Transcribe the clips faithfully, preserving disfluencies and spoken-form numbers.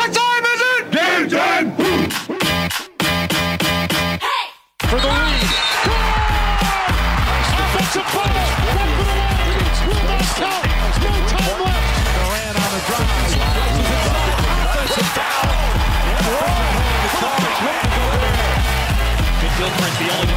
What time is it? Game time! Hey! For the lead. Offensive ball. Right for the line. Will not count. No time left. Durant on the drive. Offensive foul. Gilchrist, the only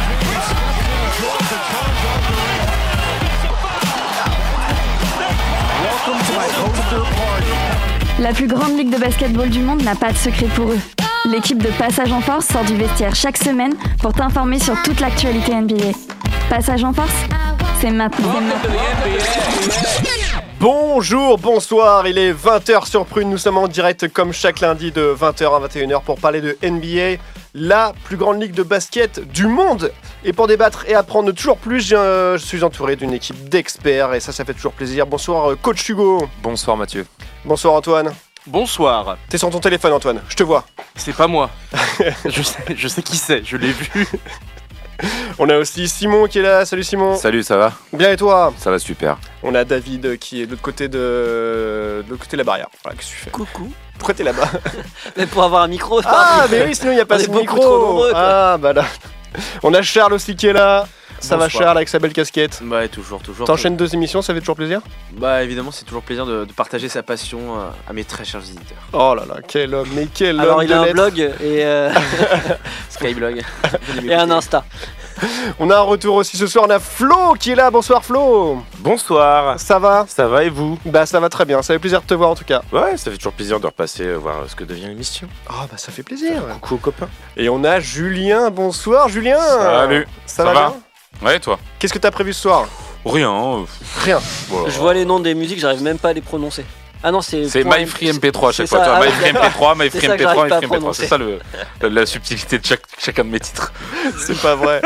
Welcome to my poster party. La plus grande ligue de basketball du monde n'a pas de secret pour eux. L'équipe de Passage en Force sort du vestiaire chaque semaine pour t'informer sur toute l'actualité N B A. Passage en Force, c'est maintenant. C'est maintenant. Bonjour, bonsoir, il est vingt heures sur Prune, nous sommes en direct comme chaque lundi de vingt heures à vingt et une heures pour parler de N B A, la plus grande ligue de basket du monde. Et pour débattre et apprendre toujours plus, je suis entouré d'une équipe d'experts et ça, ça fait toujours plaisir. Bonsoir coach Hugo. Bonsoir Mathieu. Bonsoir Antoine. Bonsoir. T'es sur ton téléphone Antoine, je te vois. C'est pas moi. je, sais, je sais qui c'est, je l'ai vu. On a aussi Simon qui est là. Salut Simon. Salut, ça va ? Bien et toi ? Ça va super. On a David qui est de l'autre côté de, de l'autre côté de la barrière. Voilà, qu'est-ce que tu fais ? Coucou. Pourquoi t'es là-bas ? Mais pour avoir un micro. Ah mais oui, sinon il n'y a pas de micro. Trop nombreux, ah bah là. On a Charles aussi qui est là. Ça Bonsoir. va Charles avec sa belle casquette. Bah toujours, toujours. T'enchaînes deux émissions, ça fait toujours plaisir ? Bah évidemment, c'est toujours plaisir de, de partager sa passion euh, à mes très chers visiteurs. Oh là là, quel homme, mais quel Alors homme il de a un lettres. blog et, euh, Skyblog. et un Insta. On a un retour aussi ce soir, on a Flo qui est là. Bonsoir Flo. Bonsoir. Ça va ? Ça va et vous ? Bah ça va très bien, ça fait plaisir de te voir en tout cas. Ouais, ça fait toujours plaisir de repasser euh, voir ce que devient l'émission. Oh bah ça fait plaisir. Coucou aux copains. Et on a Julien, bonsoir Julien. Salut. Ça, Ça va, va bien ? Ouais, toi ? Qu'est-ce que t'as prévu ce soir ? Rien. euh, Rien. voilà. Je vois les noms des musiques, j'arrive même pas à les prononcer. Ah non, c'est. C'est point- MyFree M P trois à chaque c'est fois. ça, Tu vois, ah, MyFree M P trois, c'est MyFree ça que M P trois, j'arrive pas à MyFree M P trois. C'est ça le, la, la subtilité de chaque, chacun de mes titres. C'est pas vrai.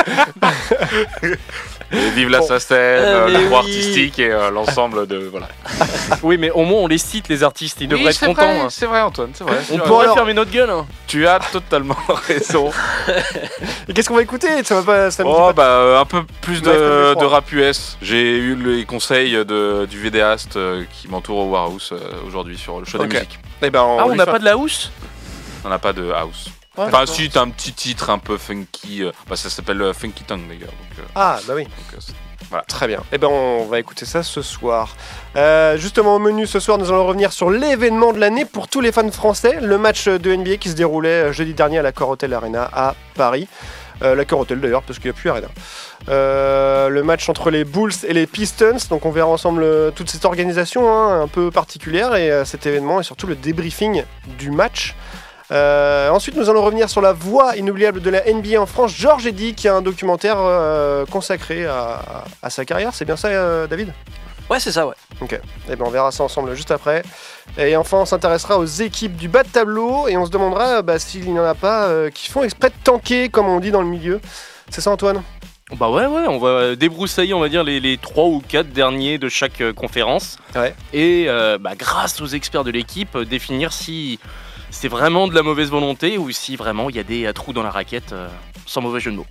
Et vive la Bon. Sacène, Euh, euh, mais la voix oui. artistique et euh, l'ensemble de. Voilà. Oui, mais au moins on les cite, les artistes, ils devraient Oui, être c'est contents. vrai, hein. c'est vrai, Antoine, c'est vrai. On Tu as- pourrait alors- fermer notre gueule. Hein. Tu as totalement raison. Et qu'est-ce qu'on va écouter ? Ça va pas. Ça me dit Oh pas- bah euh, un peu plus MyFree M P de, trois. de rap U S. J'ai eu les conseils de, du vidéaste euh, qui m'entoure au Warhouse euh, aujourd'hui sur le choix Ok. des musiques. Eh ben, Ah, on lui n'a fait- pas de la housse ? On n'a pas de house. Ouais, Enfin d'accord. si, t'as un petit titre un peu funky. euh, bah, ça s'appelle euh, Funky Tongue d'ailleurs. Donc, euh, Ah bah oui. donc, euh, c'est- Très bien. Eh ben on va écouter ça ce soir. Euh, justement au menu ce soir, nous allons revenir sur l'événement de l'année pour tous les fans français, le match de N B A qui se déroulait jeudi dernier à l'Accor Hotel Arena à Paris. Euh, L'Accor Hotel d'ailleurs parce qu'il n'y a plus Arena. Euh, le match entre les Bulls et les Pistons. Donc on verra ensemble euh, toute cette organisation hein, un peu particulière et euh, cet événement et surtout le débriefing du match. Euh, ensuite, nous allons revenir sur la voix inoubliable de la N B A en France, Georges Eddy, qui a un documentaire euh, consacré à, à sa carrière. C'est bien ça, euh, David ? Ouais, c'est ça, ouais. Ok. Eh ben, on verra ça ensemble juste après. Et enfin, on s'intéressera aux équipes du bas de tableau et on se demandera bah, s'il n'y en a pas euh, qui font exprès de tanker, comme on dit dans le milieu. C'est ça, Antoine ? Bah ouais, ouais, on va débroussailler, on va dire, les, les trois ou quatre derniers de chaque euh, conférence. Ouais. Et euh, bah, grâce aux experts de l'équipe, euh, définir si c'est vraiment de la mauvaise volonté ou si vraiment il y a des euh, trous dans la raquette, euh, sans mauvais jeu de mots.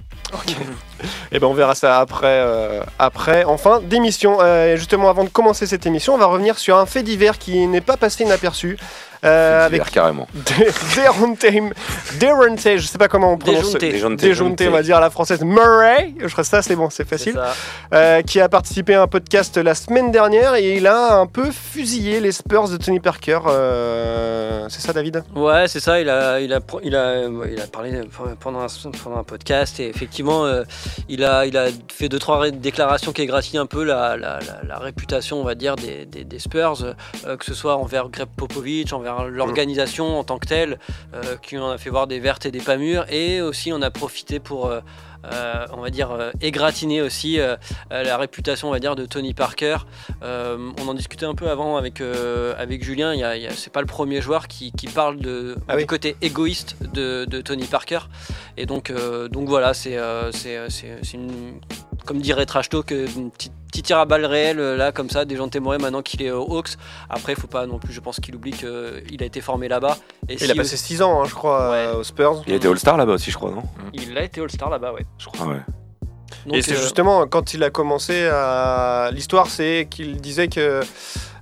Et ben on verra ça après, euh, après en fin d'émission. Euh, et justement, avant de commencer cette émission, on va revenir sur un fait divers qui n'est pas passé inaperçu. Euh, avec Avec carrément. Dejounte, Dejounte, je sais pas comment on prononce. Dejounte. Dejounte. Dejounte, on va dire à la française. Murray, je crois que ça c'est bon, c'est C'est facile. ça. Euh, qui a participé à un podcast la semaine dernière et il a un peu fusillé les Spurs de Tony Parker. Euh, c'est ça, David ? Ouais, c'est ça. Il a, il a, pro- il a, ouais, il a parlé pendant un, pendant un podcast et effectivement, euh, il a, il a fait deux trois ré- déclarations qui égratignent un peu la, la, la, la réputation, on va dire, des, des, des Spurs, euh, que ce soit envers Greg Popovich, envers l'organisation en tant que telle, euh, qui en a fait voir des vertes et des pas mûres, et aussi on a profité pour euh, euh, on va dire euh, égratigner aussi euh, euh, la réputation, on va dire, de Tony Parker. Euh, on en discutait un peu avant avec euh, avec Julien. Il y a, il y a, c'est pas le premier joueur qui, qui parle de Ah du oui. côté égoïste de, de Tony Parker. Et donc euh, donc voilà, c'est euh, c'est c'est, c'est une, comme dirait Trash Talk, une petite petit tir à balles réel euh, là comme ça, Dejounte Murray maintenant qu'il est aux Hawks. Après faut pas non plus, je pense qu'il oublie qu'il a été formé là-bas. Et Il si a passé six ans, hein, je crois, Ouais. euh, aux Spurs. Il était All-Star là-bas aussi, je crois, non ? il a été All-Star là-bas, ouais. Je crois, ouais. Donc, Et c'est euh, justement quand il a commencé à. L'histoire, c'est qu'il disait que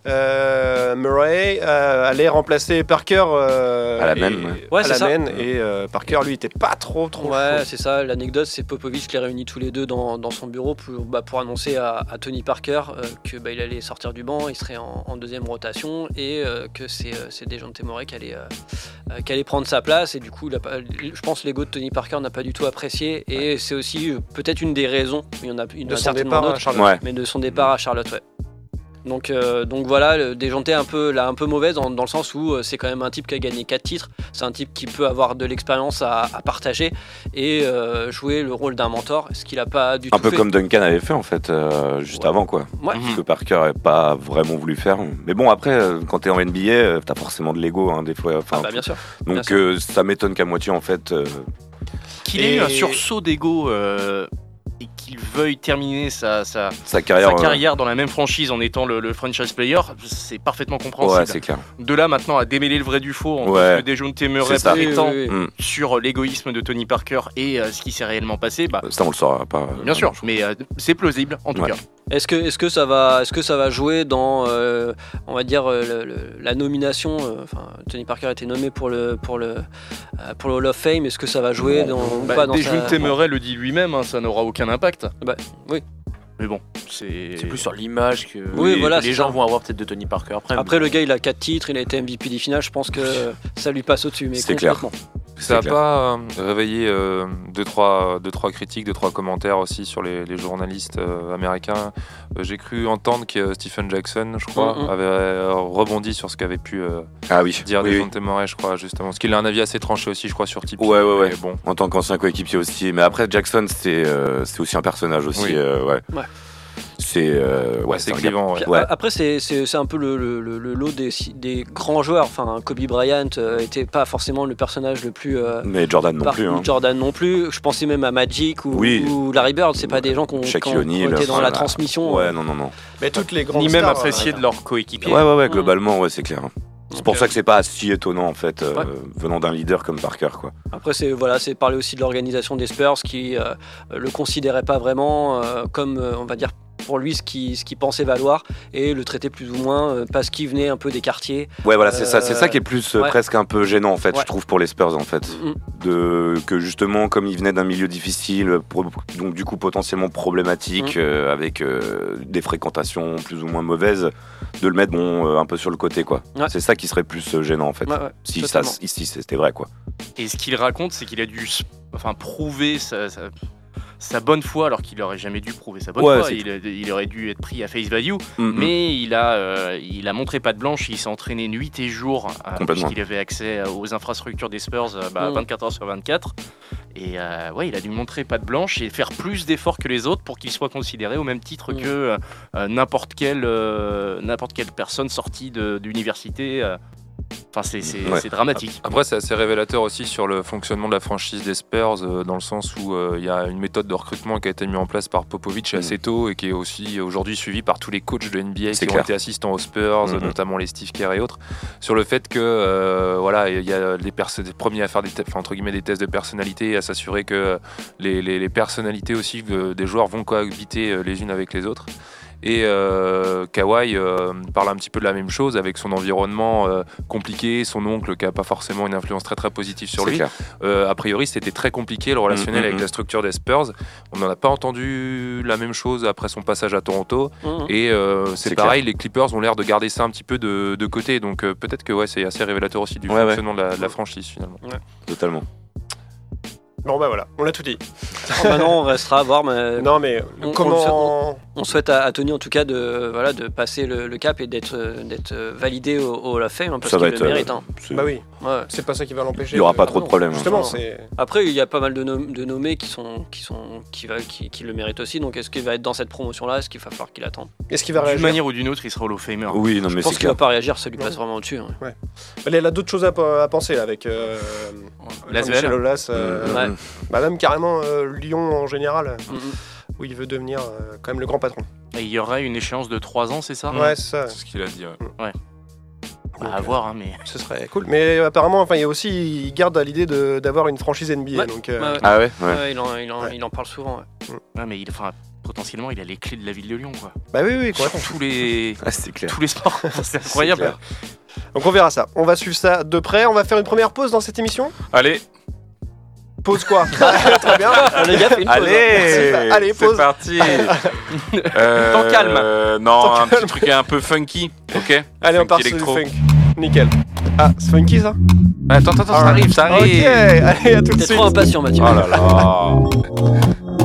euh, Murray euh, allait remplacer Parker euh, À la et- main, ouais. Ouais, à c'est la ça. main, et euh, Parker lui était pas trop trop Ouais, chaud. c'est ça. L'anecdote, c'est Popovich les réunit tous les deux dans, dans son bureau pour, bah, pour annoncer à, à Tony Parker euh, que bah, il allait sortir du banc, il serait en, en deuxième rotation et euh, que c'est euh, c'est Dejounte Murray qui allait, euh, euh, qui allait prendre sa place. Et du coup, il a pas- je pense que l'ego de Tony Parker n'a pas du tout apprécié. Et c'est aussi euh, peut-être une des raisons, il y en a, il y en De a son certainement départ à d'autres, Charlotte. Ouais. mais de son départ à Charlotte, ouais. Donc, euh, donc voilà, le Dejounte un peu, là, un peu mauvaise dans, dans le sens où euh, c'est quand même un type qui a gagné quatre titres. C'est un type qui peut avoir de l'expérience à, à partager et euh, jouer le rôle d'un mentor, ce qu'il n'a pas du Un tout peu fait. comme Duncan avait fait en fait, euh, juste Ouais. avant quoi. Ouais. Ce que Parker n'avait pas vraiment voulu faire. Mais bon, après, euh, quand t'es en N B A, euh, t'as forcément de l'ego, hein, des fois. Enfin, Ah bah bien sûr. bien donc sûr. euh, ça m'étonne qu'à moitié en fait. euh, Qu'il ait eu Et- un sursaut d'ego euh, et qu'il veuille terminer sa, sa, sa carrière. sa euh, carrière dans la même franchise en étant le, le franchise player, c'est parfaitement compréhensible. Ouais, c'est clair. De là maintenant à démêler le vrai du faux entre Ouais. ce que Dejounte Murray C'est ça. prétend Oui, oui, oui. Mm. sur l'égoïsme de Tony Parker et euh, ce qui s'est réellement passé, bah, Ça, on le saura pas. euh, bien sûr, mais euh, c'est plausible en tout Ouais. cas. Est-ce que, est-ce que ça va, est-ce que ça va jouer dans, euh, on va dire euh, le- le- la nomination. euh, Enfin, Tony Parker a été nommé pour le, pour le, euh, pour le Hall of Fame. Est-ce que ça va jouer dans, ou Bah, pas dans Dejounte sa... Murray le dit lui-même, hein, ça n'aura aucun impact. Bah, oui. Mais bon, c'est. C'est plus sur l'image que Oui, les, voilà, les c'est gens ça. vont avoir peut-être de Tony Parker après. Après, mais- le gars, il a quatre titres, il a été M V P des finales. Je pense que ça lui passe au-dessus, mais C'est clair. complètement. Ça n'a clair. pas euh, réveillé euh, deux, trois, deux, trois critiques, deux, trois commentaires aussi sur les, les journalistes euh, américains. Euh, j'ai cru entendre que Stephen Jackson, je crois, Mhm. avait euh, rebondi sur ce qu'avait pu euh, Ah oui. dire oui, oui. Dejounte Murray, je crois, justement. Parce qu'il a un avis assez tranché aussi, je crois, sur Tipeee. Ouais, ouais, ouais. Mais bon, En tant qu'ancien coéquipier aussi. Mais après, Jackson, c'est euh, c'est aussi un personnage aussi. Oui. euh, ouais. Ouais. C'est euh, ouais, ouais, c'est un gars- clivant. Ouais. Puis, Ouais. a- Après, c'est, c'est, c'est un peu le, le- le- le lot des, des grands joueurs. Enfin, Kobe Bryant euh, était pas forcément le personnage le plus. euh, Mais Jordan non par- plus. Hein. Jordan non plus. Je pensais même à Magic ou, Oui. ou Larry Bird. C'est pas des gens qui ont, Shaquille qui ont- O'Neal, qui ont été dans enfin, la transmission. Ouais, euh. non, non, non. Mais toutes les grandes Ni même stars, apprécié euh, de leur coéquipier. Ouais, ouais, ouais, Mhm. globalement, ouais, c'est clair. C'est pour Donc, ça que c'est pas si étonnant en fait, euh, Ouais. venant d'un leader comme Parker, quoi. Après, c'est voilà, c'est parler aussi de l'organisation des Spurs qui euh, le considérait pas vraiment euh, comme, euh, on va dire, pour lui ce qu'il ce qu'il pensait valoir et le traitait plus ou moins euh, parce qu'il venait un peu des quartiers. Ouais, voilà, c'est ça, c'est Euh, ça qui est plus euh, ouais. presque un peu gênant en fait, Ouais. je trouve pour les Spurs en fait, Mm. de que justement comme il venait d'un milieu difficile, pro- donc du coup potentiellement problématique, Mm. euh, avec euh, des fréquentations plus ou moins mauvaises, de le mettre bon euh, un peu sur le côté quoi. Ouais. C'est ça qui serait plus euh, gênant en fait. Ouais, ouais, si ça, totalement. si c'était vrai quoi. Et ce qu'il raconte, c'est qu'il a dû s- enfin, prouver sa, sa- sa bonne foi alors qu'il aurait jamais dû prouver sa bonne Ouais, foi. c'est- Il, a- il aurait dû être pris à face value. Mm, mm. Mais il a, euh, il a montré patte blanche, il s'est entraîné nuit et jour, euh, Complètement. puisqu'il avait accès aux infrastructures des Spurs euh, bah, Mm. vingt-quatre heures sur vingt-quatre. Et euh, ouais, il a dû montrer patte blanche et faire plus d'efforts que les autres pour qu'il soit considéré au même titre Mm. que euh, n'importe quelle, euh, n'importe quelle personne sortie de- d'université. euh. Enfin, c'est c'est- Ouais. c'est dramatique. Après, c'est assez révélateur aussi sur le fonctionnement de la franchise des Spurs, euh, dans le sens où euh, il y a une méthode de recrutement qui a été mise en place par Popovich Mm. assez tôt et qui est aussi aujourd'hui suivie par tous les coachs de N B A C'est qui clair. ont été assistants aux Spurs, Mm-hmm. notamment les Steve Kerr et autres, sur le fait que euh, voilà, il y a les, perso- des premiers à faire des, te- enfin, entre guillemets, des tests de personnalité, à s'assurer que les, les- les personnalités aussi euh, des joueurs vont cohabiter euh, les unes avec les autres. Et euh, Kawhi euh, parle un petit peu de la même chose avec son environnement euh, compliqué, son oncle qui n'a pas forcément une influence très très positive sur C'est lui. clair. Euh, a priori, c'était très compliqué le relationnel Mm, mm, avec mm. la structure des Spurs. On n'en a pas entendu la même chose après son passage à Toronto. Mhm. Et euh, c'est C'est pareil, les Clippers ont l'air de garder ça un petit peu de, de côté. Donc euh, peut-être que ouais, c'est assez révélateur aussi du Ouais, ouais. fonctionnement de, la, de la franchise finalement. Totalement. Bon bah voilà, on l'a tout dit. Alors maintenant, on restera à voir, mais Non mais on- comment on souhaite à, à Tony en tout cas de, voilà, de passer le, le cap et d'être, euh, d'être euh, validé au, au Hall of Fame, hein, parce Ça va qu'il être. le euh, mérite. hein. c'est- Bah oui, Ouais. c'est pas ça qui va l'empêcher. Il y aura de- pas trop de problèmes. hein. Justement, Non. c'est Après, il y a pas mal de, nom- de nommés qui, sont, qui, sont, qui, va, qui, qui le méritent aussi. Donc, est-ce qu'il va être dans cette promotion-là? Est-ce qu'il va falloir qu'il attende? est-ce qu'il va D'une réagir? manière ou d'une autre, il sera Hall of Famer. Oui, non mais Je pense c'est qu'il va clair. pas réagir, ça lui passe Non. vraiment au-dessus. hein. Elle a d'autres choses à, à penser là, avec euh, Lasvel. Jean-Michel Aulas, euh, Mm, Ouais. mm. bah même carrément euh, Lyon en général, Mhm. où il veut devenir euh, quand même le grand patron. Et il y aurait une échéance de trois ans, c'est ça? Ouais, c'est ça. C'est ce qu'il a dit. ouais. Bah, Donc, à euh, voir, hein, mais. Ce serait cool. Mais euh, apparemment, enfin, il y a aussi, il garde à l'idée de- d'avoir une franchise N B A. Ouais. Donc, euh, Ouais, ouais. Ah ouais, ouais. Ouais, il, en, il, en, Ouais. il en parle souvent. ouais. Ouais, mais il, enfin, potentiellement, il a les clés de la ville de Lyon, quoi. Bah oui, oui, Sur quoi. tous les, Ah, c'est clair. tous les sports. C'est incroyable. clair. Donc on verra ça. On va suivre ça de près. On va faire une première pause dans cette émission. Allez, Pause quoi? Très bien. Les gars, fait une pause. hein. allez, Merci. Allez, c'est pause. parti. euh, Temps calme. euh, non, Temps un calme. petit truc un peu funky, ok. Allez, on Funky part sur du électro. funk. Nickel. Ah, c'est funky ça? Attends, attends, ça arrive, ça Ok, arrive. allez, à tout de T'es suite. trop impatient, Mathieu. Oh là là.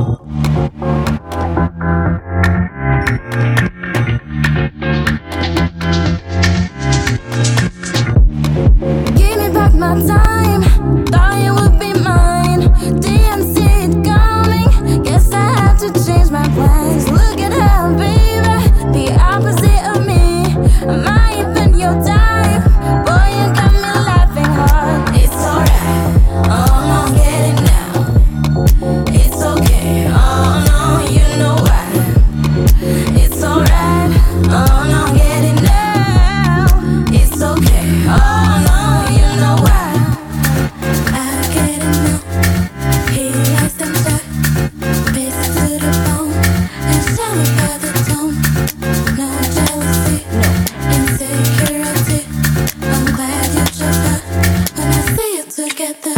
Give me back my time, thought it would be mine. Didn't see it coming, guess I had to change my plans. Look at her, baby, the opposite of me. Am I even your type? Boy, you got me laughing hard. It's alright, oh no, get it now. It's okay, oh no, you know why. It's alright, oh no, get it now. It's okay, oh no, you know why. I get it now. He likes them short, basic to the bone, and shallow by the tone. No jealousy, no insecurity. I'm glad you chose that when I see you together.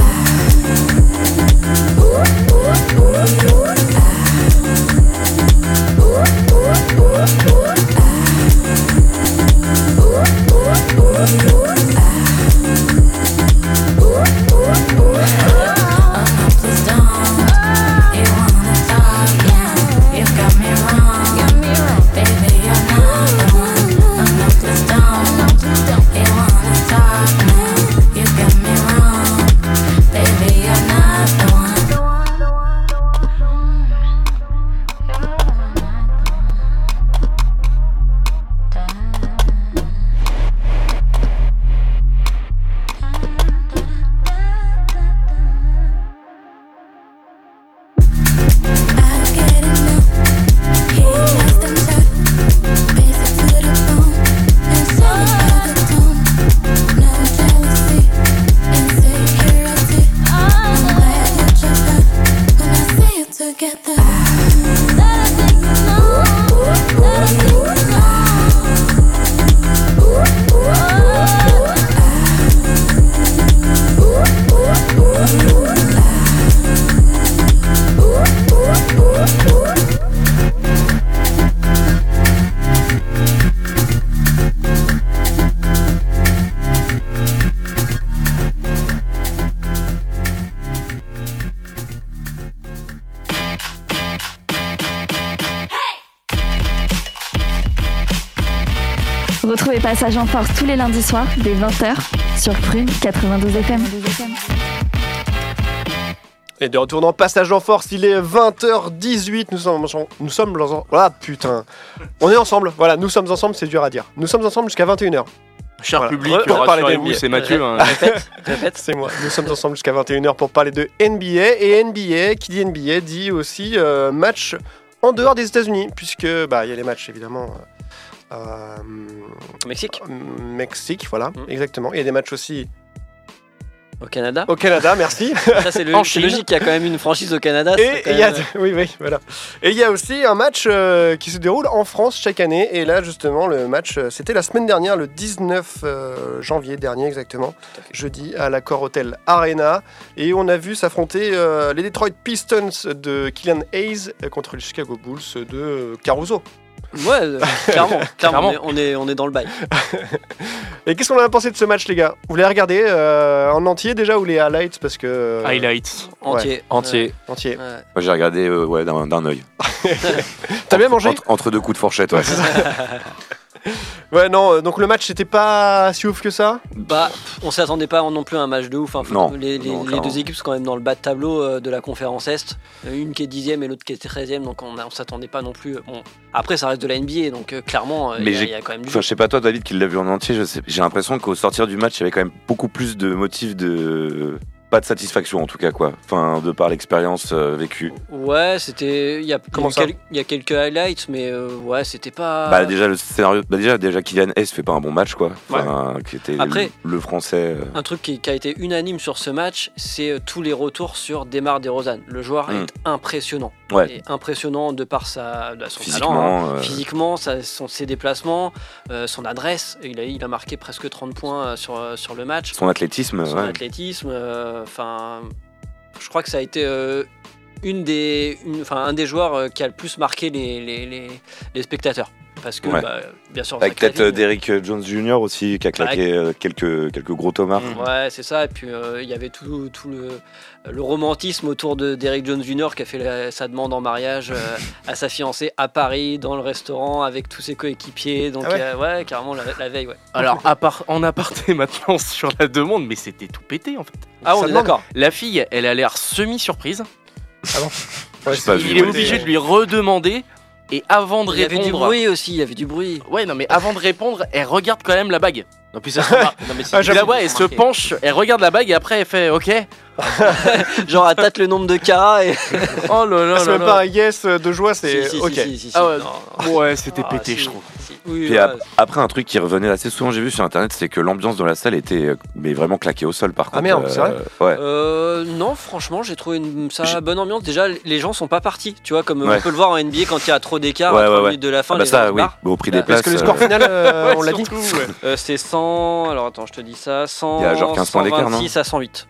Ooh, ooh, ooh, ooh, ah. Ooh, ooh, ooh, ooh, ah. Ooh, ooh, ooh, ooh, ah. Ooh, ooh, ooh, oh no, please don't. You wanna talk, yeah. You got me wrong, baby, you're not the one. Oh no, please don't. You wanna talk now. You got me wrong, baby, you're not the one. I get it now. He likes them short, basic to the bone, and shallow by the tone. No jealousy, insecurity. I'm glad you chose that when I see you together. That I think you know, that I think you know. Ooh, ooh, ooh, ooh, ooh, ooh, ooh, Retrouvez Passage en Force tous les lundis soirs dès vingt heures sur Prune quatre-vingt-douze F M. Et de retour dans Passage en Force, il est vingt heures dix-huit, nous sommes, nous sommes ensemble. Ah putain, on est ensemble, voilà, nous sommes ensemble, c'est dur à dire. Nous sommes ensemble jusqu'à vingt et une heures. Cher Voilà. public, Pour parler rassurez-vous, des N B A. c'est Mathieu. hein. Répète, répète. C'est moi, nous sommes ensemble jusqu'à vingt et une heures pour parler de N B A. Et N B A, qui dit N B A, dit aussi euh, match en dehors des États-Unis, puisque bah il y a les matchs évidemment. Euh, euh, Mexique, Mexique, voilà, Mm. exactement. Il y a des matchs aussi au Canada. au Canada, merci. Ça, c'est le- En c'est Chine. logique, il y a quand même une franchise au Canada. c'est Et quand il y a, même- oui, oui, voilà. Et il y a aussi un match euh, qui se déroule en France chaque année. Et là, justement, le match, euh, c'était la semaine dernière, le dix-neuf euh, janvier dernier, exactement, jeudi, à l'Accor Hotel Arena. Et on a vu s'affronter euh, les Detroit Pistons de Killian Hayes euh, contre les Chicago Bulls de euh, Caruso. Ouais, euh, clairement, clairement, Clairement. On, est, on, est, on est dans le bail. Et qu'est-ce qu'on a pensé de ce match, les gars? Vous l'avez regardé euh, en entier déjà ou les highlights? Parce que. euh, Highlights. Entier. Entier. Entier. Ouais. Moi, j'ai regardé euh, ouais, d'un, d'un œil. T'as bien mangé? Entre, entre deux coups de fourchette, ouais. Ouais, non, euh, donc le match c'était pas si ouf que ça. Bah, on s'attendait pas non plus à un match de ouf. Enfin, faut- Non, les, les- non, les clairement. deux équipes sont quand même dans le bas de tableau euh, de la conférence Est. Euh, Une qui est dixième et l'autre qui est treizième, donc on, a- on s'attendait pas non plus. Bon, après, ça reste de la N B A, donc euh, clairement, euh, il Mais y, a- j'ai- il y a quand même du Enfin, jeu. je sais pas toi, David, qui l'a vu en entier. Je sais- j'ai l'impression qu'au sortir du match, il y avait quand même beaucoup plus de motifs de pas de satisfaction en tout cas quoi. Enfin, de par l'expérience euh, vécue. Ouais, c'était. Il y a, Comment il y a ça quel- il y a quelques highlights, mais euh, ouais, c'était pas. Bah déjà le scénario, bah déjà déjà Kylian S fait pas un bon match quoi. Enfin, qui était Après- le, le français. euh, Un truc qui, qui a été unanime sur ce match, c'est euh, tous les retours sur Demar DeRozan. Le joueur Mm. est impressionnant. Ouais. Et impressionnant de par sa, de son Physiquement, talent, hein. euh, Physiquement, sa- son- ses déplacements, euh, son adresse. Il a, il a marqué presque trente points euh, sur, euh, sur le match. Son athlétisme. Son ouais. athlétisme. Enfin, je crois que ça a été euh, une des, une- enfin, un des joueurs euh, qui a le plus marqué les, les, les, les spectateurs. Parce que, Ouais. bah, bien sûr, Avec Zach peut-être Lavine- euh, Derrick Jones junior aussi qui a claqué euh, quelques quelques gros tomards. Ouais, c'est ça. Et puis euh, il y avait tout, tout le, le romantisme autour de Derrick Jones junior qui a fait la- sa demande en mariage euh, à sa fiancée à Paris, dans le restaurant, avec tous ses coéquipiers. Donc, Ah ouais euh, ouais, carrément la, la veille, ouais. Alors, à part, en aparté maintenant sur la demande, mais c'était tout pété en fait. Ah, on Ça est demande. d'accord. La fille, elle a l'air semi-surprise. Ouais, J'ai pas c'est- vu, Il est ouais. obligé de lui redemander. Et avant de Il y avait du répondre. bruit aussi, il y avait du bruit. Ouais, non, mais avant de répondre, elle regarde quand même la bague. Non, puis ça se remarque. Non, mais c'est- Ah, Et là, ouais, elle se penche, elle regarde la bague et après elle fait OK. Genre, elle tâte le nombre de carats et. Oh là là c'est là même là. pas un yes de joie, c'est Si, si, si, ok. si, si, si. Ah ouais. Non, non. Ouais, c'était Ah, pété, si, je trouve. si. Oui, Puis ouais. ap- après un truc qui revenait assez souvent, j'ai vu sur internet, c'est que l'ambiance dans la salle était euh, mais vraiment claquée au sol par contre. Ah, merde, c'est vrai Ouais. Euh, non, franchement, j'ai trouvé une ça J'ai- bonne ambiance. Déjà, les gens sont pas partis, tu vois, comme Ouais. on peut le voir en N B A quand il y a trop d'écart Ouais, à trois ouais, ouais. minutes de la fin. Ah bah les gens ça se oui, barrent. au prix des Parce places. Parce que le score euh, final, euh, Ouais, on l'a dit. surtout, ouais. Euh, c'est cent. Alors attends, je te dis ça. cent. Il y a genre quinze points d'écart, non cent vingt-six à cent huit.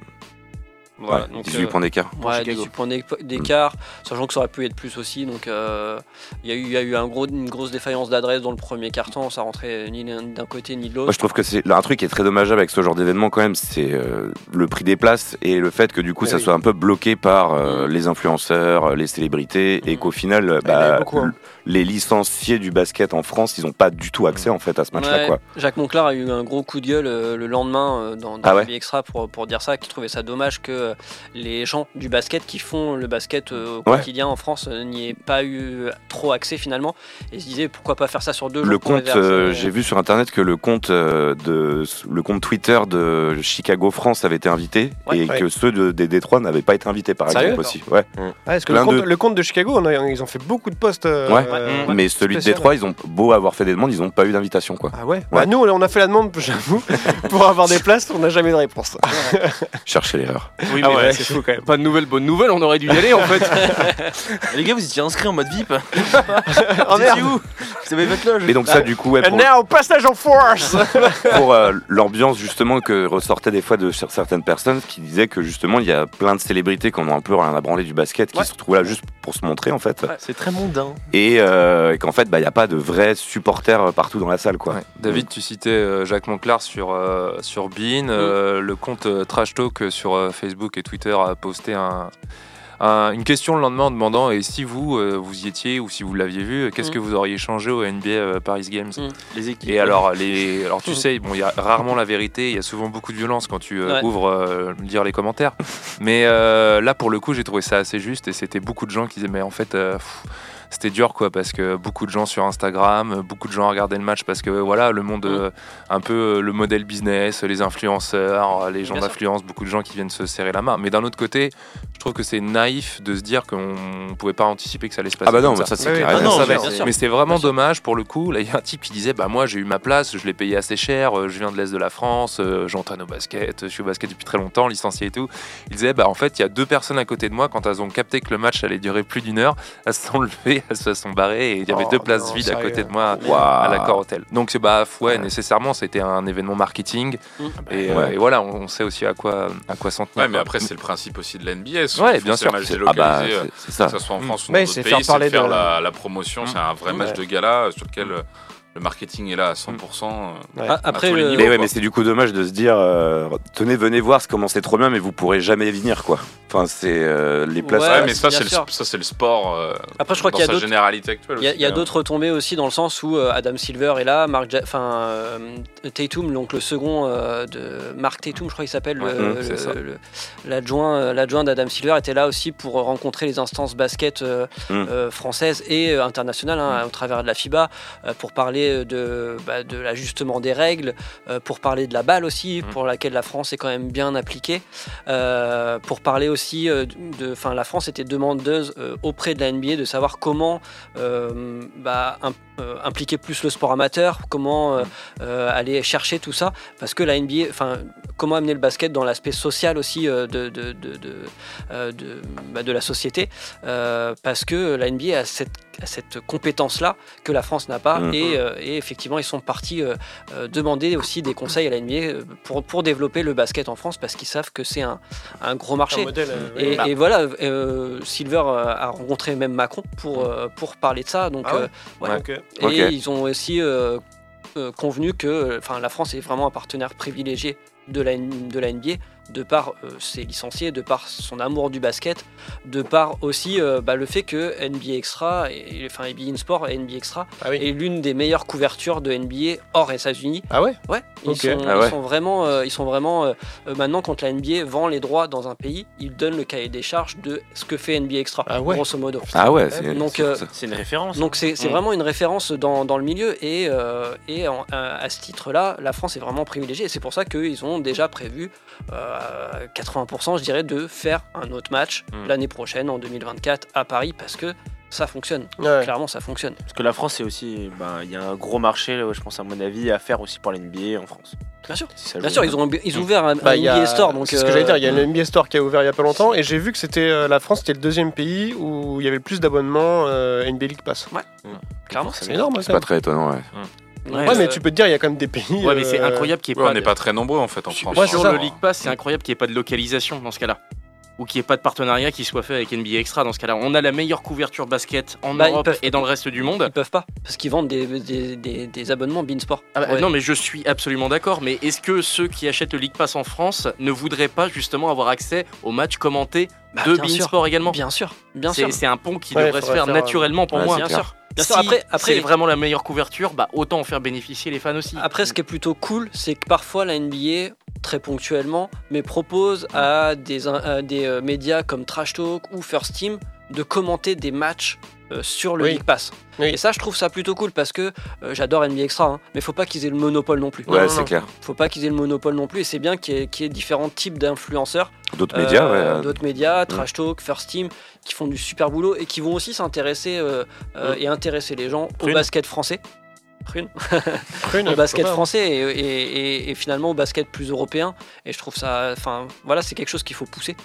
Voilà, ouais, donc, dix-huit euh, points d'écart. Ouais, Chicago. dix-huit points d'éc- d'écart, sachant que ça aurait pu être plus aussi. Donc euh, il y a eu, il y a eu un gros, une grosse défaillance d'adresse dans le premier carton. Ça rentrait ni l'un- d'un côté ni de l'autre. Moi, je trouve que c'est là, un truc qui est très dommageable avec ce genre d'événement quand même, c'est euh, le prix des places et le fait que du coup Eh ça oui. soit un peu bloqué par euh, Mm. les influenceurs, les célébrités et Mm. qu'au final, euh, il y en a bah, beaucoup, hein. les licenciés du basket en France, ils ont pas du tout accès en fait à ce match-là Ouais, quoi. Jacques Monclar a eu un gros coup de gueule euh, le lendemain euh, dans, dans Ah le ouais. N B A Extra pour, pour dire ça, qu'il trouvait ça dommage que euh, les gens du basket qui font le basket euh, au Ouais. quotidien en France euh, n'y aient pas eu trop accès finalement. Et se disaient pourquoi pas faire ça sur deux jours Le pour compte, les verser. euh, j'ai vu sur internet que le compte euh, de le compte Twitter de Chicago France avait été invité Ouais. et Ouais. que ceux de, des Détroit n'avaient pas été invités par Sérieux exemple aussi. Ouais. Ouais, parce que Plein le compte, de- le compte de Chicago, on a- ils ont fait beaucoup de posts. euh, Ouais. euh, Mais celui de spécial. Détroit, ils ont beau avoir fait des demandes, ils n'ont pas eu d'invitation quoi. Ah ouais, Bah nous, on a fait la demande, j'avoue, pour avoir des places, on n'a jamais de réponse. Chercher l'erreur. Oui, Ah mais ouais, ouais, c'est fou quand même. pas de nouvelles bonnes nouvelles, on aurait dû y aller en fait. Les gars, vous étiez inscrits en mode V I P. Oh Vous merde. étiez où Vous avez votre loge. Mais donc ça du coup, ouais, And pour, now, passage en force. pour euh, l'ambiance justement que ressortait des fois de cer- certaines personnes qui disaient que justement il y a plein de célébrités qui en ont un peu rien à branler du basket qui Ouais. se retrouvent là juste pour se montrer en fait C'est très mondain. et, euh, et qu'en fait bah, il n'y a pas de vrais supporters partout dans la salle quoi. Ouais. David, tu citais euh, Jacques Monclar sur, euh, sur Bean. Euh, le compte euh, Trash Talk euh, sur euh, Facebook et Twitter a posté un, un- une question le lendemain en demandant et si vous, euh, vous y étiez ou si vous l'aviez vu, euh, qu'est-ce Mm. que vous auriez changé au N B A euh, Paris Games Mm. Les équipes. Et alors, les, alors tu sais, bon, il y a rarement la vérité, il y a souvent beaucoup de violence quand tu euh, Ouais. ouvres euh, lire les commentaires. Mais euh, là, pour le coup, j'ai trouvé ça assez juste et c'était beaucoup de gens qui disaient, mais en fait, euh, pff, c'était dur quoi, parce que beaucoup de gens sur Instagram, beaucoup de gens regardaient le match parce que voilà, le monde, Mm. euh, un peu euh, le modèle business, les influenceurs, les gens Bien sûr. d'influence, beaucoup de gens qui viennent se serrer la main. Mais d'un autre côté, je trouve que c'est naïf de se dire qu'on pouvait pas anticiper que ça allait se passer. Ah bah non, comme mais ça. ça c'est Oui, clair. oui. et Ah net. non, On savait. bien sûr. Mais c'est vraiment Bien sûr. dommage pour le coup. Là, il y a un type qui disait bah moi j'ai eu ma place, je l'ai payé assez cher, euh, je viens de l'est de la France, euh, j'entraîne au basket, je suis au basket depuis très longtemps, licencié et tout. Il disait bah en fait il y a deux personnes à côté de moi quand elles ont capté que le match allait durer plus d'une heure, elles se sont levées, elles se sont barrées et il y avait Oh, deux places non, vides à sérieux. côté de moi Waouh. à l'accord hôtel. Donc c'est bah ouais, Ouais. nécessairement c'était un événement marketing Mm. et, Ouais. euh, et voilà on, on sait aussi à quoi à quoi s'en tenir. Ouais, mais quoi. après, c'est le principe aussi de l'N B A. Ouais, bien sûr. Match C'est- Ah bah délocalisé, euh, c'est- c'est ça. que ce soit en France ou Ouais, dans c'est d'autres faire pays, parler c'est faire de- la, la promotion. Mm. C'est un vrai match Ouais. de gala sur lequel euh, le marketing est là à cent pour cent. euh, Ouais. Ah, après, tous les le- niveaux, Mais ouais, quoi. mais c'est du coup dommage de se dire euh, tenez, venez voir comment c'est trop bien, mais vous pourrez jamais venir quoi. Enfin, c'est euh, les places. Ouais, Ouais, mais ça bien c'est, le, sûr. ça, c'est le sport. Euh, Après, je crois dans qu'il y a sa d'autres- généralité actuelle. Il y a, aussi, il y a hein. d'autres retombées aussi dans le sens où euh, Adam Silver est là, Mark Ja- enfin euh, Tatum, donc le second euh, de Mark Tatum, je crois qu'il s'appelle, Ouais, le- mmh, c'est le- ça. le- l'adjoint, euh, l'adjoint d'Adam Silver était là aussi pour rencontrer les instances basket euh, Mmh. euh, françaises et euh, internationales hein, au travers de la FIBA euh, pour parler de, bah, de l'ajustement des règles, euh, pour parler de la balle aussi, Mmh. pour laquelle la France est quand même bien appliquée, euh, pour parler aussi euh, de, enfin la France était demandeuse euh, auprès de la N B A de savoir comment euh, bah, im- euh, impliquer plus le sport amateur, comment euh, euh, aller chercher tout ça, parce que la N B A, enfin comment amener le basket dans l'aspect social aussi euh, de, de, de, de, euh, de, bah, de la société, euh, parce que la N B A a cette, a cette compétence-là que la France n'a pas, Mhm. et, euh, et effectivement ils sont partis euh, euh, demander aussi des conseils à la N B A euh, pour, pour développer le basket en France, parce qu'ils savent que c'est un, un gros marché. Un modèle, euh, Et, oui. Bah. et voilà, euh, Silver euh, a rencontré même Macron pour, euh, pour parler de ça. Donc, Ah ouais euh, ouais. Ouais, ok. Et Ok. ils ont aussi euh, euh, convenu que enfin, la France est vraiment un partenaire privilégié de la, N- de la N B A, de par euh, ses licenciés, de par son amour du basket, de par aussi euh, bah, le fait que N B A Extra, et, enfin N B A In Sport et N B A Extra, Ah oui. est l'une des meilleures couvertures de N B A hors États-Unis. Ah ouais. Ouais, ils, Ok. sont, Ah ouais. ils sont vraiment, euh, ils sont vraiment euh, euh, maintenant quand la N B A vend les droits dans un pays, ils donnent le cahier des charges de ce que fait N B A Extra, Ah ouais. grosso modo. Ah ouais, c'est. Donc, c'est euh, ça. C'est une référence. Donc c'est c'est Mm. vraiment une référence dans, dans le milieu et, euh, et en- à, à ce titre-là, la France est vraiment privilégiée. Et c'est pour ça qu'ils ont déjà prévu euh, quatre-vingts pour cent, je dirais, de faire un autre match Mm. l'année prochaine, en deux mille vingt-quatre, à Paris, parce que ça fonctionne. Ouais. Clairement, ça fonctionne. Parce que la France, c'est aussi. Ben, il y a un gros marché, je pense, à mon avis, à faire aussi pour la N B A en France. Bien sûr. Si ça Bien joue. sûr, ils ont, ils ont ouvert un, Bah, un il y a- N B A Store. Donc, c'est ce que euh, j'allais dire, il y a le N B A Store qui a ouvert il y a pas longtemps et j'ai vu que c'était euh, la France, c'était le deuxième pays où il y avait le plus d'abonnements euh, N B A League Pass. clairement. C'est énorme, C'est ça. pas très étonnant, ouais. Ouais, Ouais, mais euh, tu peux te dire, il y a quand même des pays. Ouais, mais c'est euh, incroyable qu'il n'y ait Ouais, pas. on n'est de- pas très nombreux en fait en Sur, France. Ouais, sur c'est ça. le League Pass, c'est incroyable qu'il n'y ait pas de localisation dans ce cas-là. Ou qu'il n'y ait pas de partenariat qui soit fait avec N B A Extra dans ce cas-là. On a la meilleure couverture basket en Bah, ils Europe peuvent- et dans le reste du monde. Ils peuvent pas, parce qu'ils vendent des, des, des, des abonnements Beansport. Ah bah, Ouais. Non, mais je suis absolument d'accord. Mais est-ce que ceux qui achètent le League Pass en France ne voudraient pas justement avoir accès aux matchs commentés Bah, de bien sûr. Beansport également? Bien sûr, bien C'est sûr. c'est un pont qui Ouais, devrait se faudrait faire faire, naturellement pour ouais, moi. c'est Bien clair. sûr. Bien Si sûr. Après, après, c'est vraiment la meilleure couverture, bah autant en faire bénéficier les fans aussi. Après, ce qui est plutôt cool, c'est que parfois la N B A, très ponctuellement, mais propose à des, à des euh, médias comme Trash Talk ou First Team de commenter des matchs euh, sur le Oui. League Pass. Oui. Et ça, je trouve ça plutôt cool parce que euh, j'adore N B A Extra, hein, mais faut pas qu'ils aient le monopole non plus. Ouais, non, c'est non. clair. Faut pas qu'ils aient le monopole non plus, et c'est bien qu'il y, ait- qu'il y ait différents types d'influenceurs. D'autres médias, Euh, ouais. D'autres médias, Trash Talk, First Team, qui font du super boulot et qui vont aussi s'intéresser euh, euh, Mm. et intéresser les gens Prune. au basket français. Prune. Prune, au basket pourquoi pas. français et, et- et- et finalement au basket plus européen. Et je trouve ça, enfin voilà, c'est quelque chose qu'il faut pousser.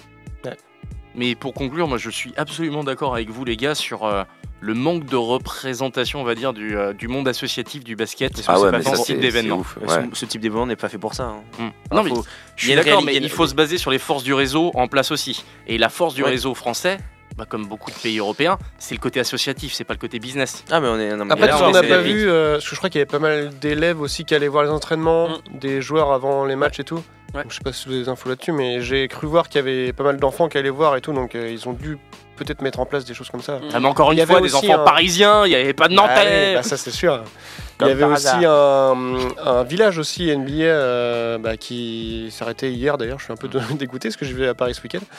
Mais pour conclure, moi je suis absolument d'accord avec vous les gars sur euh, le manque de représentation, on va dire, du, euh, du monde associatif du basket. Ah C'est ouais, pas mais fait ça, ce type c'est- d'événement. c'est ouf, Ce- ouais. Ce, type d'événement n'est pas fait pour ça. hein. Mm. Alors, Non, mais faut- je il y suis a une d'accord, réali- mais il y a il une- faut se baser sur les forces du réseau en place aussi. Et la force du Ouais. réseau français, bah, comme beaucoup de pays européens, c'est le côté associatif, c'est pas le côté business. Ah, mais on est. non, mais Après, là, tu on on n'a est- pas vu, euh, parce que je crois qu'il y avait pas mal d'élèves aussi qui allaient voir les entraînements, des joueurs avant les matchs et tout. Ouais. Donc, je sais pas si vous avez des infos là-dessus, mais j'ai cru voir qu'il y avait pas mal d'enfants qui allaient voir et tout, donc euh, ils ont dû peut-être mettre en place des choses comme ça. Mm. Ah, mais encore Il y une fois, avait des aussi enfants un- parisiens, il n'y avait pas de Ah oui, Nantais. bah ça c'est sûr. Il Comme y avait par aussi hasard. un, un village aussi N B A euh, bah, qui s'est arrêté hier d'ailleurs. Je suis un peu de- dégoûté parce que je vais à Paris ce week-end.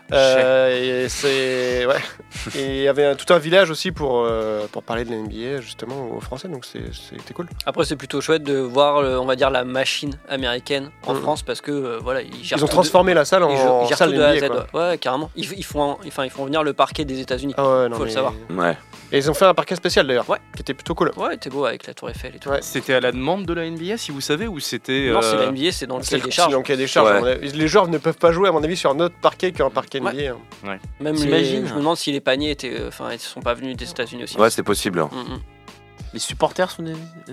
Euh, et c'est ouais. Et il y avait un- tout un village aussi pour euh, pour parler de la N B A justement aux Français. Donc c'est- c'était cool. Après, c'est plutôt chouette de voir, euh, on va dire, la machine américaine en Mm. France parce que euh, voilà, ils gèrent Ils ont tout transformé la salle de, en, ils gèrent- ils en gèrent salle tout de A à N Z. B A. quoi. Ouais, Ouais, carrément. Ils, ils font, enfin, ils font venir le parquet des États-Unis. Ah ouais, non, Faut le mais- savoir. Ouais. Et ils ont fait un parquet spécial d'ailleurs, Ouais. qui était plutôt cool. Ouais, t'es beau avec la Tour Eiffel et tout. Ouais. C'était à la demande de la N B A, si vous savez, ou c'était. Non, c'est euh, la N B A, c'est dans le C'est cahier le des charges. dans le cahier des charges. Ouais. à mon avis. Les joueurs ne peuvent pas jouer à mon avis sur un autre parquet qu'un parquet N B A. hein. Même les, T'imagines je me demande si les paniers étaient, euh, enfin, ils sont pas venus des États-Unis aussi. Ouais, c'est possible. Mm, mm. Les supporters sont des.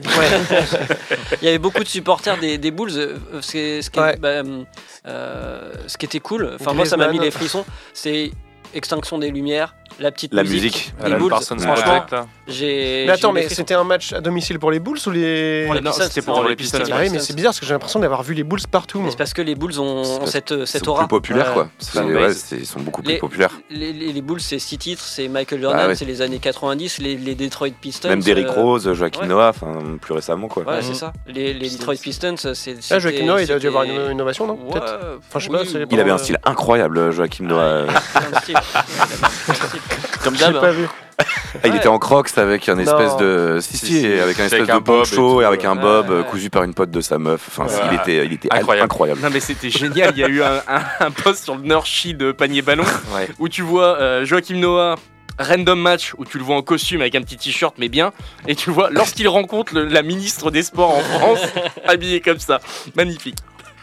Il y avait beaucoup de supporters des, des Bulls. euh, c'est- Ce qui, est- Ouais. bah, euh, ce qui était cool, enfin moi ça m'a mis Griezmann. les frissons, c'est extinction des lumières, La petite La musique, musique. des Alan Bulls, Parsons franchement, Project, là. j'ai. Mais attends, j'ai mais des frissons. c'était un match à domicile pour les Bulls ou les. Pour les Non, Pistons, c'était pour les Pistons. Ah oui, mais c'est bizarre parce que j'ai l'impression d'avoir vu les Bulls partout. Mais moi. c'est parce que les Bulls ont, C'est ont parce cette, Ils cette sont aura. plus populaires, Ouais. quoi. C'est- Fanbase. ouais, c'est- ils sont beaucoup plus Les- populaires. Les, les, les Bulls, c'est six titres, c'est Michael Jordan, Ah ouais. c'est les années quatre-vingt-dix, les, les Detroit Pistons. Même Derrick euh, Rose, Joakim ouais. Noah, enfin plus récemment, quoi. Ouais, Mhm. c'est ça. Les, les Detroit Pistons, c'est. Ah, Joakim Noah, il a dû avoir une c'était- innovation, non Ouais, Peut-être. Enfin, je sais pas, oui, c'est oui. Il avait un Euh, style incroyable, Joakim Noah. Un style. Comme J'ai d'hab. pas hein. vu. Ah, il Ouais. était en crocs avec un espèce de. Si, Si, si, si. avec un Avec espèce un de bob et poncho tout, et avec un ouais. bob Ouais, euh, ouais. cousu par une pote de sa meuf. Enfin, Ouais. il était, il était Incroyable. incroyable. Non mais c'était génial, il y a eu un, un, un post sur le Nurshi de panier ballon Ouais. où tu vois euh, Joakim Noah random match où tu le vois en costume avec un petit t-shirt mais bien et tu vois lorsqu'il rencontre le- la ministre des Sports en France habillé comme ça, magnifique.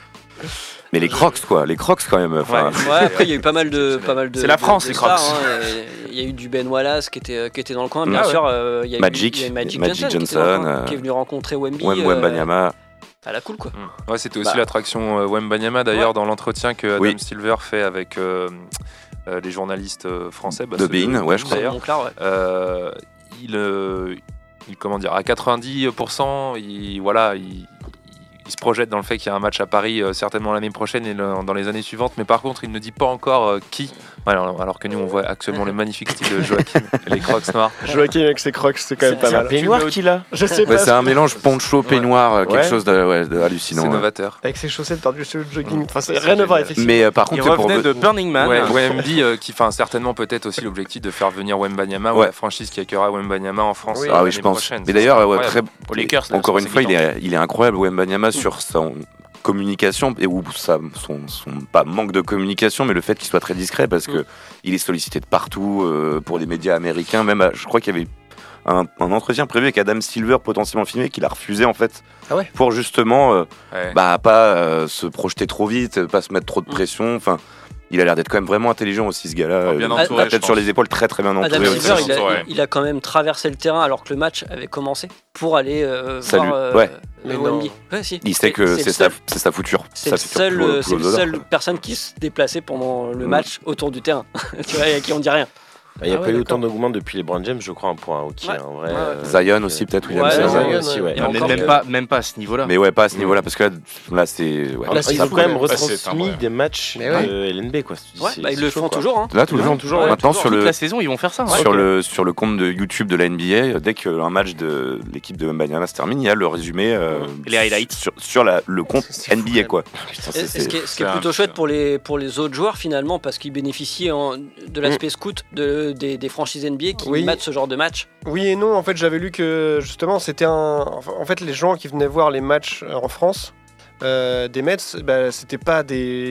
Mais les crocs, quoi, les crocs quand même. Enfin, Ouais, après il y a eu pas mal de pas mal de C'est la de- France, de les stars, Crocs. hein, et Il y a eu du Ben Wallace qui était qui était dans le coin, bien Ah ouais. sûr. euh, Il y a eu- Magic, il y a eu Magic, Magic Johnson, qui, était dans le Johnson, coin, euh, qui est venu rencontrer Wemby. Wem- euh, Wembanyama. à la cool quoi. Ouais, c'était aussi Bah. l'attraction euh, Wembanyama d'ailleurs Ouais. dans l'entretien que Adam Oui. Silver fait avec euh, euh, les journalistes euh, français. Bah, De ceux Bein, ouais, je crois. d'ailleurs. Monclar, ouais. Euh, il, euh, il- comment dire, à quatre-vingt-dix pour cent, il, voilà, il, il se projette dans le fait qu'il y a un match à Paris euh, certainement l'année prochaine et le- dans les années suivantes, mais par contre, il ne dit pas encore euh, qui. Alors, alors que nous, on voit actuellement le magnifique style de Joachim et les Crocs noirs. Joaquin avec ses crocs, c'est quand même pas C'est un mal. peignoir qu'il a. Je sais Ouais, pas. c'est un mélange poncho, peignoir, euh, quelque Ouais. chose de, ouais, de hallucinant. C'est ouais. novateur. Avec ses chaussettes par-dessus le jogging. Enfin, c'est C'est rien à voir, génial. effectivement. Mais euh, par Il contre, c'est pour. revenait de Burning Man. Ouais, Wemby, euh, qui, enfin, certainement peut-être aussi l'objectif de faire venir Wembanyama ou Ouais. la franchise qui accueillera Wembanyama en France. Oui. euh, Ah oui, l'année je pense. prochaine. Mais d'ailleurs, ouais, Incroyable. très, Aux Lakers, là, encore sur une fois, il ses est, il est incroyable, Wembanyama, sur son communication et ou sa, son, son pas manque de communication, mais le fait qu'il soit très discret parce que il est sollicité de partout euh, pour les médias américains. Même, à- je crois qu'il y avait un, un entretien prévu avec Adam Silver potentiellement filmé qu'il a refusé en fait Ah ouais. pour justement euh, Ouais. bah pas euh, se projeter trop vite, pas se mettre trop de pression. Enfin, il a l'air d'être quand même vraiment intelligent aussi ce gars-là. Bien Euh, entouré, la je tête sur pense. les épaules, très très bien entouré. Adam aussi. Silver, il a, ouais. il- il a quand même traversé le terrain alors que le match avait commencé pour aller euh, Salut. voir euh, Ouais. le Mais Wemby. non. Ouais, si. Il sait que le c'est sa, seul- c'est sa future. C'est sa le future seul, clo- euh, c'est le close seul d'honneur. personne qui se déplaçait pendant le Mm. match autour du terrain. Tu vois, et à qui on dit rien. Il n'y a Ah pas ouais, eu autant d'accord. d'engouement depuis les Brown James, je crois, pour un hockey. Ouais. En vrai, Ouais. euh, Zion aussi peut-être. William Ouais, Zion. Zion, Zion aussi, ouais. Et Non, mais encore même que- pas, même pas à ce niveau-là. Mais ouais, pas à ce niveau-là, parce que là, là c'est. ouais, Là, Là, ils c'est ont fou, quand même ouais. Ouais, c'est retransmis incroyable. des matchs Mais ouais. de L N B, quoi. Ouais, C'est- bah, ils c'est le chaud, font quoi. toujours. Hein. Là, tout le Ils temps. font toujours, ouais, Maintenant, Toute sur le, la saison, ils vont faire ça. hein. sur, le, sur le compte de YouTube de la N B A, dès qu'un match de l'équipe de Wembanyama se termine, il y a le résumé euh, Les highlights. sur, sur la- le compte C'est N B A. fou, Quoi. Putain, Et- c'est- et ce qui est, ce qui est c'est plutôt un- chouette pour les, pour les autres joueurs finalement parce qu'ils bénéficient en- de l'aspect scout de, des, des franchises N B A qui Oui. mettent ce genre de match. Oui et non, en fait j'avais lu que justement c'était un... En fait les gens qui venaient voir les matchs euh, en France euh, des Mets, bah, c'était pas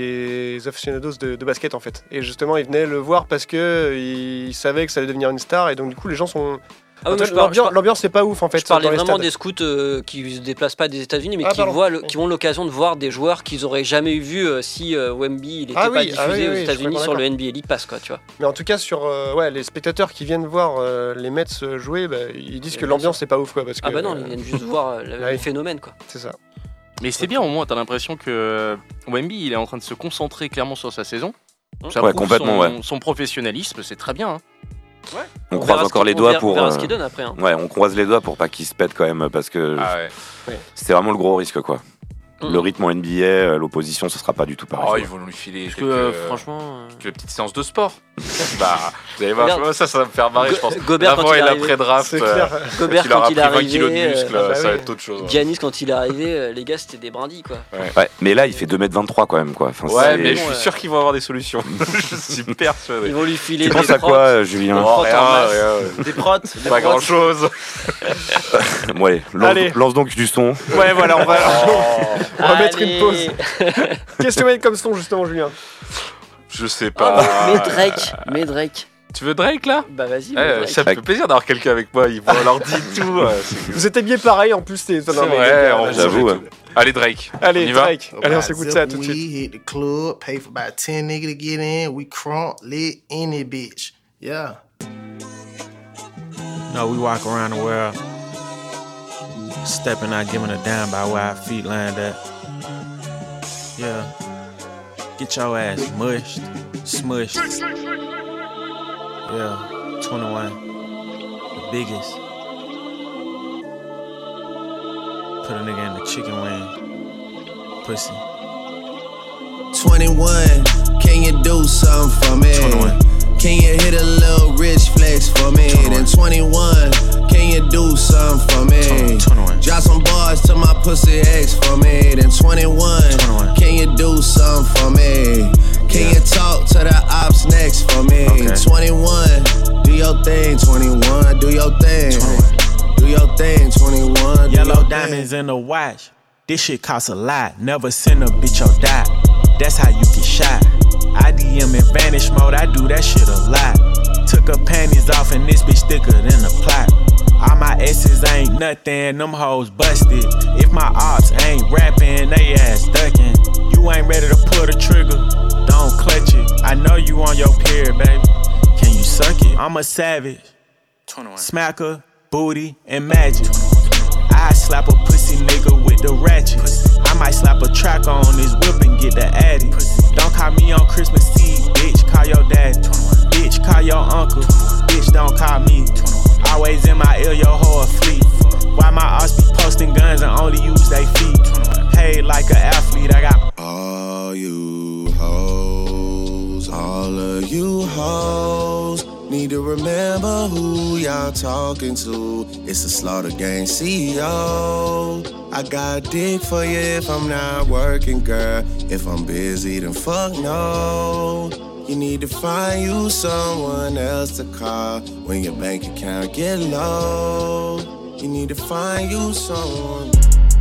des aficionados de, de basket en fait. Et justement ils venaient le voir parce que ils savaient que ça allait devenir une star et donc du coup les gens sont... Ah oui, En moi, fait, je, par- je l'ambiance, par- l'ambiance, c'est pas ouf en fait. je parlais dans les vraiment stades. des scouts euh, qui se déplacent pas des États-Unis mais Ah, qui, pardon. voient le- qui ont l'occasion de voir des joueurs qu'ils auraient jamais eu vu euh, si euh, Wemby il était Ah pas oui, diffusé ah oui, aux oui, je suis États-Unis complètement sur le d'accord. N B A League Pass quoi, tu vois. Mais en tout cas sur euh, ouais, les spectateurs qui viennent voir euh, les Mets jouer, bah, ils disent Et que bien l'ambiance c'est pas ouf quoi parce que Ah bah non, euh, ils viennent juste voir euh, le, ouais. le phénomène quoi. c'est ça. Mais c'est bien, au moins, t'as l'impression que Wemby, il est en train de se concentrer clairement sur sa saison. Ça Ouais, prouve complètement, son, ouais. son professionnalisme, c'est très bien. hein. On, On croise verra ce encore qu'il- les on doigts verra- on pour. verra euh, ce qu'il donne après. hein. Ouais, on croise les doigts pour pas qu'il se pète quand même, parce que Ah ouais. c'est vraiment le gros risque. Quoi. Mm. Le rythme en N B A, euh, l'opposition, ce sera pas du tout pareil. Oh, quoi. ils vont lui filer Parce que, quelques, euh, franchement. euh, quelques petites séances de sport. bah, vous allez voir, Regarde. ça, ça va me faire marrer, je pense. Go- Gobert, quand L'avant il et est arrivé- l'après-draft. C'est euh, clair. Gobert il aura quand pris il est vingt kilos de arrivé, muscle, euh, bah ça oui. va être autre chose. Giannis quand il est arrivé, euh, les gars c'était des brindilles quoi. Ouais, mais là, il fait deux mètres vingt-trois quand même. Quoi. Enfin, Ouais, c'est- mais je bon, suis ouais. sûr qu'ils vont avoir des solutions. je suis persuadé. Ils vont lui filer Tu des penses à procs. quoi, euh, Julien Oh, Prot en rien, masse. rien. Des protes. des Pas protes. grand chose. Ouais, lance, Allez. lance donc du son. Ouais voilà on va, on va mettre une Allez. pause. Qu'est-ce que tu mets comme son justement Julien? Je sais Ah, pas. mais Drake, mais Drake. Tu veux Drake là Bah vas-y, Eh, mais Drake. Ça me fait plaisir d'avoir quelqu'un avec moi. Ils vont leur dire tout. euh, c'est- Vous êtes habillés pareil en plus c'est C'est non, mais- vrai, on- J'avoue, ouais. Allez Drake. Allez On y va Drake, allez on s'écoute ça tout de suite. We hit the club, pay for about ten niggas to get in. We crunk lit in it, bitch. Yeah. No, we walk around the world, stepping out, giving a damn by where our feet land at. Yeah. Get your ass mushed, smushed. Yeah, twenty-one. The biggest. Put a nigga in the chicken wing. Pussy. twenty-one, can you do something for me? twenty-one. Can you hit a little rich flex for me? twenty-one. Then twenty-one, can you do something for me? twenty-one. Drop some bars to my pussy ex for me. Then twenty-one, twenty-one. can you do something for me? Can Yeah. you talk to the ops next for me? Okay. twenty-one, do your thing. twenty-one, do your thing. twenty-one. Do your thing. twenty-one, do Yellow your diamonds thing. in the watch. This shit costs a lot. Never send a bitch or die. That's how you get shot. I D M in vanish mode. I do that shit a lot. Took her panties off and this bitch thicker than a plot. All my S's ain't nothing. Them hoes busted. If my ops ain't rapping, they ass ducking. You ain't ready to pull the trigger. Don't clutch it. I know you on your period, baby. Can you suck it? I'm a savage. twenty-one. Smacker, booty, and magic. I slap a pussy nigga with the ratchet. I might slap a track on his whip and get the addy. Don't call me on Christmas Eve, bitch, call your daddy. Bitch, call your uncle, bitch, don't call me. Always in my ear, your whole fleet. Why my ass be posting guns and only use they feet? Paid like an athlete, I got All you hoes, all of you hoes, need to remember who y'all talking to. It's the Slaughter Gang C E O. I got dick for you if I'm not working, girl. If I'm busy, then fuck no. You need to find you someone else to call when your bank account get low. You need to find you someone.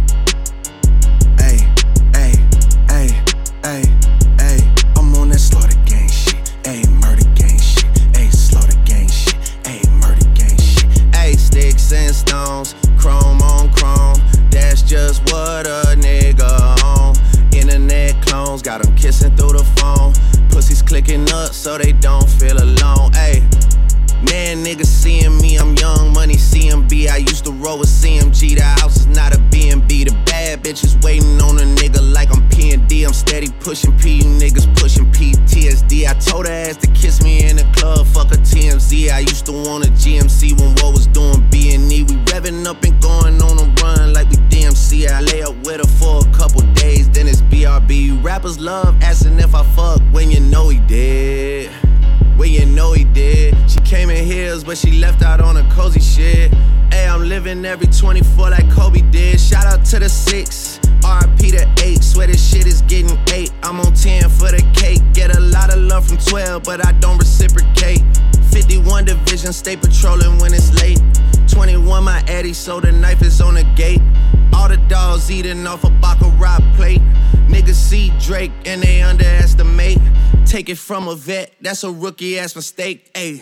Ay, ay, ay, ay, ay. I'm on that Slaughter Gang shit. Ay, murder gang shit. Ay, Slaughter Gang shit. Ay, murder gang shit. Ay, sticks and stones, chrome on chrome. That's just what a nigga on. Internet clones got them kissing through the phone. Pussies clicking up so they don't feel alone. Ay, man, niggas seeing me, I'm young money C M B. I used to roll with C M G. The house is not a B and B. The bad bitches waiting on a nigga like I'm P and D. I'm steady pushing P, you niggas pushing P T S D. I told her ass to kiss me in the club, fuck a T M Z. I used to want a G M C when Woe was doing B and E. We revving up and going on a run like we D M C. I lay up with her for a couple days, then it's B R B. You rappers love asking if I fuck when you know he did. When you know he did. She came in heels, but she left out on a cozy shit. Hey, I'm living every twenty-four like Kobe did. Shout out to the six, R I P to eight. Swear this shit is getting eight. I'm on ten for the cake. Get a lot of love from twelve, but I don't reciprocate. fifty-one division, stay patrolling when it's late. twenty-one my Eddie, so the knife is on the gate. All the dogs eating off a Baccarat plate. Niggas see Drake and they underestimate. Take it from a vet, that's a rookie ass mistake. Ayy.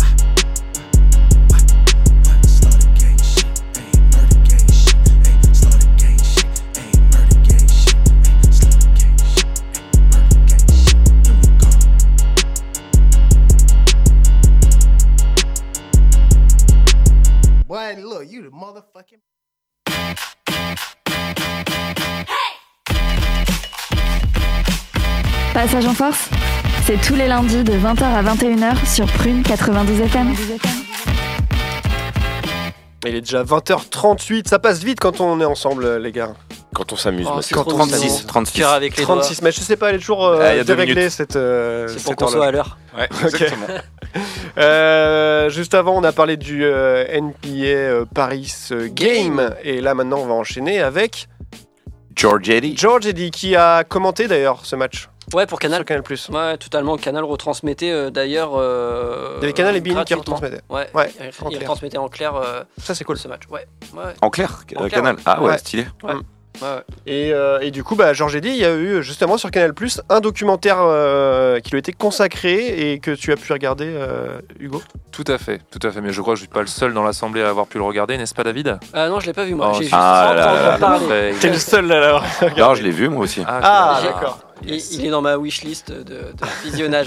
Boy, look, you the motherfucking. Passage en force, c'est tous les lundis de vingt heures à vingt et une heures sur Prune quatre-vingt-douze F M. Il est déjà vingt heures trente-huit, ça passe vite quand on est ensemble, les gars. Quand on s'amuse, Oh, moi, c'est Quand trop trente-six, mignon. trente-six. Cœur avec les doigts. trente-six, mais je sais pas, elle est toujours euh, Ah, il y a deux déréglée minutes. cette. Euh, C'est pour cette qu'on soit heure-là. à l'heure. Ouais, Ok. exactement. Euh, juste avant, on a parlé du euh, N B A euh, Paris euh, Game, et là maintenant, on va enchaîner avec George Eddy. George Eddy qui a commenté d'ailleurs ce match Ouais, pour Canal. sur Canal plus. Ouais, totalement. Canal retransmettait euh, d'ailleurs. Euh, Il y avait Canal et Bein qui gratuitement. retransmettaient. Ouais, Ouais, il, en il clair. retransmettait en clair euh, Ça c'est cool. ce match. Ouais, ouais. En clair, En euh, clair, Canal. ouais. Ah ouais, Ouais. stylé. Ouais. Mm. Ouais, ouais. Et, euh, et du coup, bah, George Eddy, il y a eu justement sur Canal plus un documentaire euh, qui lui a été consacré et que tu as pu regarder, euh, Hugo. Tout à fait, tout à fait. Mais je crois que je suis pas le seul dans l'assemblée à avoir pu le regarder, n'est-ce pas, David? Ah non, je l'ai pas vu moi. Oh, J'ai si. juste Ah là entendu là là, parler. Après, T'es le seul là. là. Non, je l'ai vu moi aussi. Ah, J'ai- d'accord. Il, il est dans ma wishlist de, de visionnage.